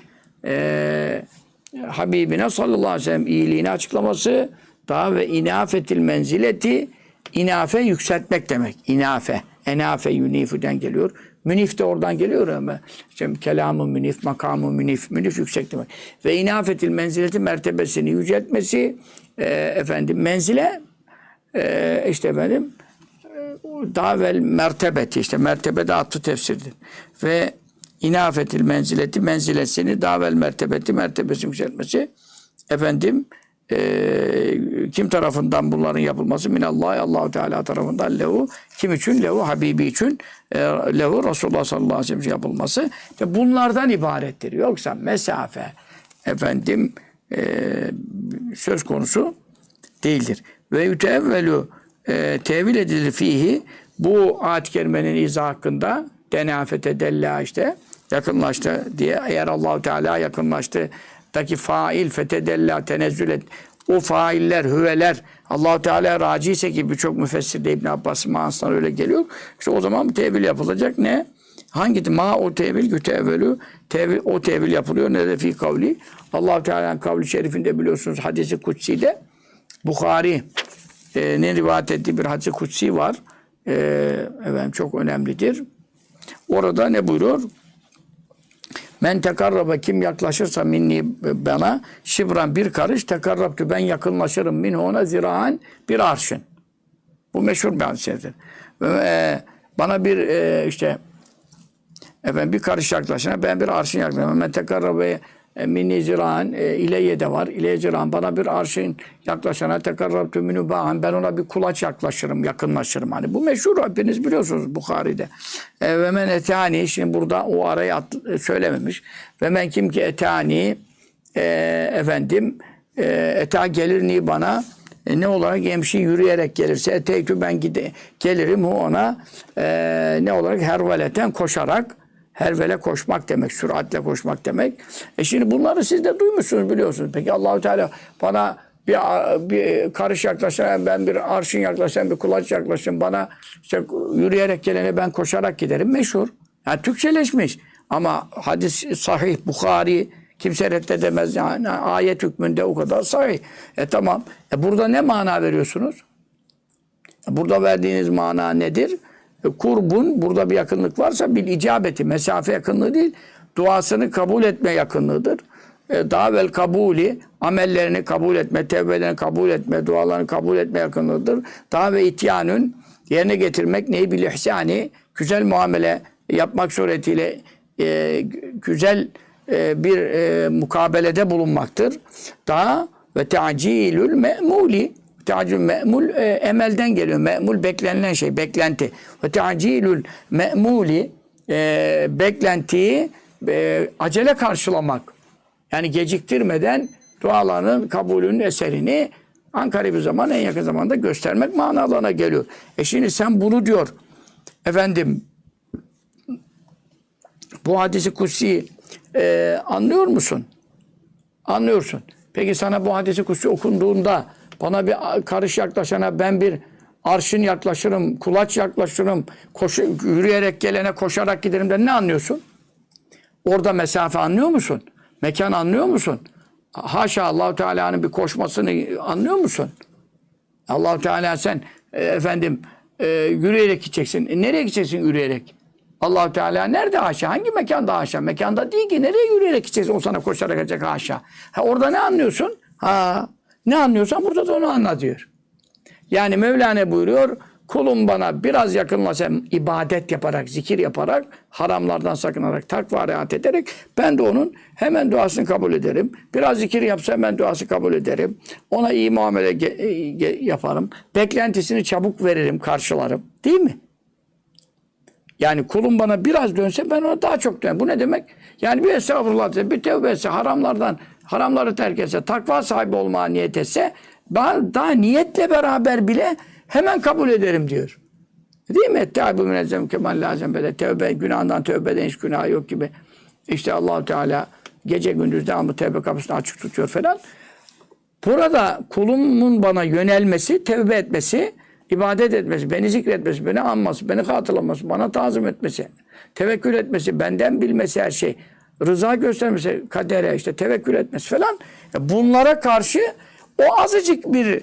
Habibine sallallahu aleyhi ve sellem iyiliğini açıklaması, daha ve inafetil menzileti, inafe yükseltmek demek. İnafe. Enafe yunifu'den geliyor. Münif de oradan geliyor ama işte kelamı münif, makamı münif, münif yüksek demek. Ve inafetil menzileti, mertebesini yüceltmesi, menzile işte daha vel mertebeti, işte mertebede atlı tefsirdir. Ve inafetil menzileti, menzilesini daha vel mertebeti, mertebesini yükseltmesi, kim tarafından bunların yapılması? Minallah, Allah-u Teala tarafından lehu. Kim için? Lehu, Habibi için. Lehu, Resulullah sallallahu aleyhi ve sellem yapılması. Ve bunlardan ibarettir. Yoksa mesafe, söz konusu değildir. Ve yütevvelü, tevil edilir fihi, bu ayet-i kerimenin izahı hakkında, denafete della, işte yakınlaştı diye, eğer Allah-u Teala yakınlaştı daki fail fetedella tenezzül et. O failler, hüveler Allah-u Teala raci ise ki birçok müfessirde İbn Abbas'ın manasından öyle geliyor. İşte o zaman tevil yapılacak ne? Hangi ma o tevil gütevvelü, tevil o tevil yapılıyor ne de fi kavli. Allah-u Teala'nın kavli şerifinde biliyorsunuz hadisi kutsi'de Bukhari'nin rivayet ettiği bir hadisi kutsi var. Çok önemlidir. Orada ne buyuruyor? Men tekarraba, kim yaklaşırsa minni bana şibran bir karış, tekarrabtü ben yakınlaşırım minhu ona ziraan bir arşın. Bu meşhur bir hadisdir. Bana bir bir karış yaklaşana ben bir arşın yaklaşırım. Men tekarraba minni ziraan ileyye de var. İleyye ziraan, bana bir arşın yaklaşana tekarrabtü minhu ba'an, ben ona bir kulaç yaklaşırım, yakınlaşırım. Hani bu meşhur, hepiniz biliyorsunuz Bukhari'de. Ve men etani, şimdi burada o arayı söylememiş. Ve men kim ki etani eta gelir ni bana ne olarak yemşi yürüyerek gelirse eteykü ben gelirim ona ne olarak herveleten koşarak. Hervele koşmak demek, süratle koşmak demek. Şimdi bunları siz de duymuşsunuz, biliyorsunuz. Peki Allah-u Teala bana bir karış yaklaşan, ben bir arşın yaklaşan, bir kulaç yaklaşan, bana işte yürüyerek gelene ben koşarak giderim. Meşhur. Yani Türkçeleşmiş. Ama hadis sahih, Bukhari, kimse reddedemez. Yani ayet hükmünde o kadar sahih. Tamam. Burada ne mana veriyorsunuz? Burada verdiğiniz mana nedir? Kurbun, burada bir yakınlık varsa bil icabeti, mesafe yakınlığı değil, duasını kabul etme yakınlığıdır. Davel kabuli, amellerini kabul etme, tevbelerini kabul etme, dualarını kabul etme yakınlığıdır. Daha ve ityanün, yerine getirmek neyi bil ihsani, güzel muamele yapmak suretiyle güzel bir mukabelede bulunmaktır. Daha ve te'acilül me'muli, te'acilül me'mul emelden geliyor. Me'mul beklenilen şey, beklenti. Ve te'acilül me'muli beklentiyi acele karşılamak. Yani geciktirmeden dualarının kabulünün eserini Ankara bir zaman, en yakın zamanda göstermek manalarına geliyor. Şimdi sen bunu diyor. Bu hadisi kutsi anlıyor musun? Anlıyorsun. Peki sana bu hadisi kutsi okunduğunda bana bir karış yaklaşana ben bir arşın yaklaşırım, kulaç yaklaşırım, yürüyerek gelene koşarak giderim de ne anlıyorsun? Orada mesafe anlıyor musun? Mekan anlıyor musun? Haşa, Allah-u Teala'nın bir koşmasını anlıyor musun? Allah-u Teala sen yürüyerek gideceksin. Nereye gideceksin yürüyerek? Allah-u Teala nerede haşa? Hangi mekanda haşa? Mekanda değil ki. Nereye yürüyerek gideceksin? O sana koşarak gelecek haşa. Orada ne anlıyorsun? Ne anlıyorsan burada da onu anla diyor. Yani Mevlana buyuruyor, kulum bana biraz yakınlaşsam, ibadet yaparak, zikir yaparak, haramlardan sakınarak, takva riayet ederek, ben de onun hemen duasını kabul ederim. Biraz zikir yapsa hemen duası kabul ederim. Ona iyi muamele yaparım. Beklentisini çabuk veririm, karşılarım. Değil mi? Yani kulum bana biraz dönse ben ona daha çok dönerim. Bu ne demek? Yani bir estağfurullah dese, bir tevbe etse, haramları terk etse, takva sahibi olmaya niyet etse, Daha niyetle beraber bile hemen kabul ederim diyor. Değil mi? Ettâbu münezzem kemal lazım böyle. Tevbe, günahından tövbeden hiç günah yok gibi. İşte Allah-u Teala gece gündüz devamlı tevbe kapısını açık tutuyor falan. Burada kulumun bana yönelmesi, tevbe etmesi, ibadet etmesi, beni zikretmesi, beni anması, beni hatırlaması, bana tazim etmesi, tevekkül etmesi, benden bilmesi her şey, rıza göstermesi, kadere işte tevekkül etmesi falan. Bunlara karşı o azıcık bir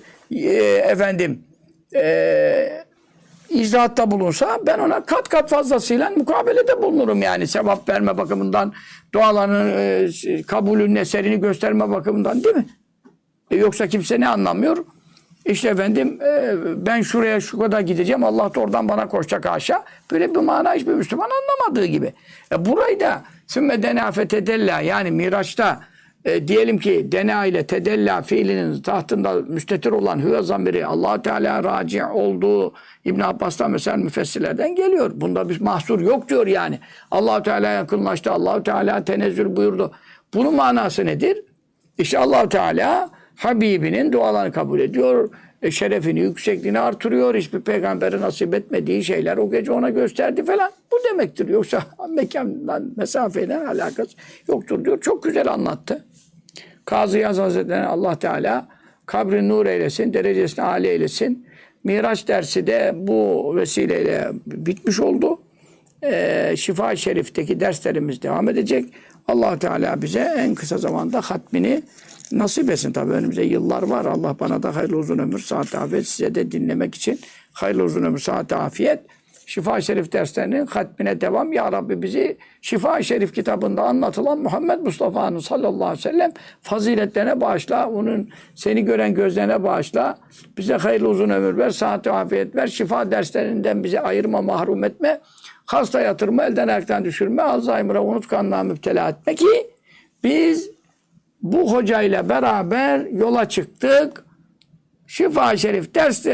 icraatta bulunsa ben ona kat kat fazlasıyla mukabelede bulunurum yani. Sevap verme bakımından, dualarının kabulünün eserini gösterme bakımından değil mi? Yoksa kimse ne anlamıyor? İşte efendim ben şuraya şu kadar gideceğim. Allah da oradan bana koşacak haşa. Böyle bir mana hiçbir Müslüman anlamadığı gibi. Burayı da sümme dena fetedella yani Miraç'ta diyelim ki dena ile tedella fiilinin tahtında müstetir olan hüve zamiri Allah Teala raci olduğu İbn Abbas'tan mesela müfessirlerden geliyor. Bunda bir mahsur yok diyor yani. Allah Teala yakınlaştı. Allah Teala tenezzül buyurdu. Bunun manası nedir? İşte Allah Teala Habibinin dualarını kabul ediyor. Şerefini, yüksekliğini artırıyor. Hiçbir peygambere nasip etmediği şeyler o gece ona gösterdi falan. Bu demektir. Yoksa mekandan, mesafeden alakası yoktur diyor. Çok güzel anlattı. Kazı Yaz Hazretleri Allah Teala kabrini nur eylesin, derecesini âli eylesin. Miraç dersi de bu vesileyle bitmiş oldu. Şifa-i Şerif'teki derslerimiz devam edecek. Allah Teala bize en kısa zamanda hatmini nasip etsin. Tabii önümüzde yıllar var. Allah bana da hayırlı uzun ömür, sıhhat, afiyet. Size de dinlemek için hayırlı uzun ömür, sıhhat, afiyet. Şifa-i Şerif derslerinin hatmine devam. Ya Rabbi bizi Şifa-i Şerif kitabında anlatılan Muhammed Mustafa'nın sallallahu aleyhi ve sellem faziletlerine bağışla. Onun seni gören gözlerine bağışla. Bize hayırlı uzun ömür ver, sıhhat, afiyet ver. Şifa derslerinden bizi ayırma, mahrum etme. Hasta yatırma, elden ayaktan düşürme. Alzheimer'a, unutkanlığa müptela etme ki biz bu hocayla beraber yola çıktık. Şifa-i Şerif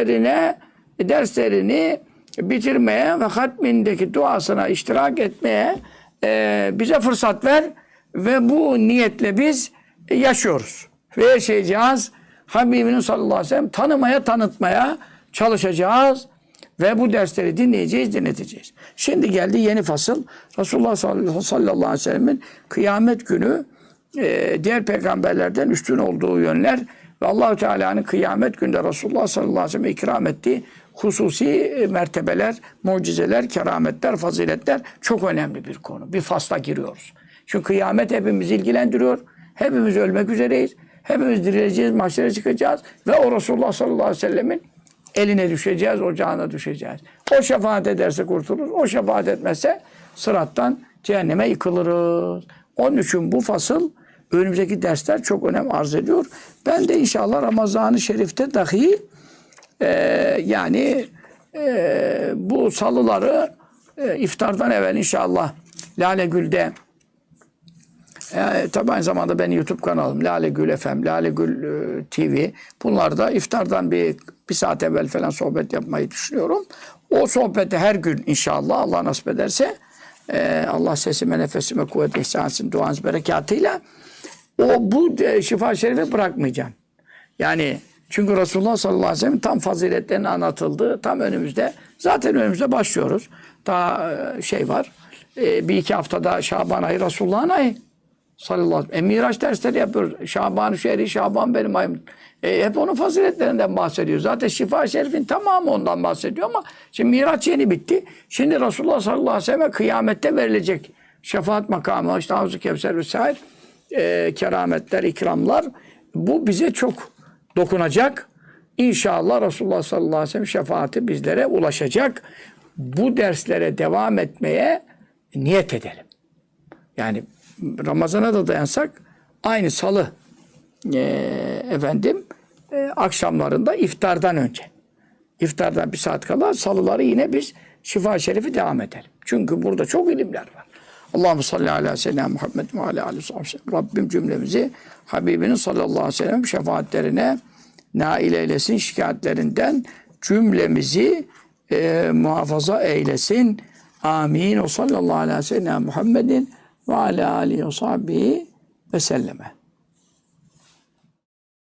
derslerini bitirmeye ve hatmindeki duasına iştirak etmeye bize fırsat ver ve bu niyetle biz yaşıyoruz. Ve yaşayacağız. Habibinin sallallahu aleyhi ve sellem tanımaya, tanıtmaya çalışacağız ve bu dersleri dinleyeceğiz, dinleteceğiz. Şimdi geldi yeni fasıl. Resulullah sallallahu aleyhi ve sellemin kıyamet günü diğer peygamberlerden üstün olduğu yönler ve Allah-u Teala'nın kıyamet günde Resulullah sallallahu aleyhi ve sellem ikram ettiği hususi mertebeler, mucizeler, kerametler, faziletler çok önemli bir konu. Bir fasla giriyoruz. Çünkü kıyamet hepimizi ilgilendiriyor. Hepimiz ölmek üzereyiz. Hepimiz dirileceğiz, mahşere çıkacağız ve o Resulullah sallallahu aleyhi ve sellemin eline düşeceğiz, ocağına düşeceğiz. O şefaat ederse kurtuluruz. O şefaat etmezse sırattan cehenneme yıkılırız. Onun için bu fasıl önümüzdeki dersler çok önem arz ediyor. Ben de inşallah Ramazan-ı Şerif'te dahi bu salıları iftardan evvel inşallah Lale Gül'de tabi aynı zamanda benim YouTube kanalım Lale Gül FM, Lale Gül TV. Bunlarda iftardan bir saat evvel falan sohbet yapmayı düşünüyorum. O sohbeti her gün inşallah Allah nasip ederse Allah sesime, nefesime kuvvet ihsan etsin duanız berekatıyla bu şifa-i şerifi bırakmayacağım. Yani çünkü Resulullah sallallahu aleyhi ve sellem tam faziletlerinin anlatıldığı tam önümüzde. Zaten önümüzde başlıyoruz. Daha var. Bir iki haftada Şaban ayı Resulullah'ın ayı. Sallallahu aleyhi ve sellem. Miraç dersleri yapıyoruz. Şaban-ı Şerif, Şaban benim ayım. Hep onun faziletlerinden bahsediyor. Zaten Şifa-i Şerif'in tamamı ondan bahsediyor ama şimdi Miraç yeni bitti. Şimdi Resulullah sallallahu aleyhi ve sellem kıyamette verilecek şefaat makamı, işte Havz-ı Kevser vesaire kerametler, ikramlar bu bize çok dokunacak. İnşallah Resulullah sallallahu aleyhi ve sellem şefaati bizlere ulaşacak. Bu derslere devam etmeye niyet edelim. Yani Ramazan'a da dayansak aynı salı akşamlarında iftardan önce. İftardan bir saat kala salıları yine biz Şifa-i Şerif'i devam edelim. Çünkü burada çok ilimler var. Allahümme salli ala seyyidina Muhammed ve ala aleyhi ve sellem. Rabbim cümlemizi Habibinin sallallahu aleyhi ve sellem şefaatlerine nail eylesin, şikayetlerinden cümlemizi muhafaza eylesin. Amin. O sallallahu aleyhi ve sellem Muhammedin ve ala aleyhi ve sahbihi ve selleme.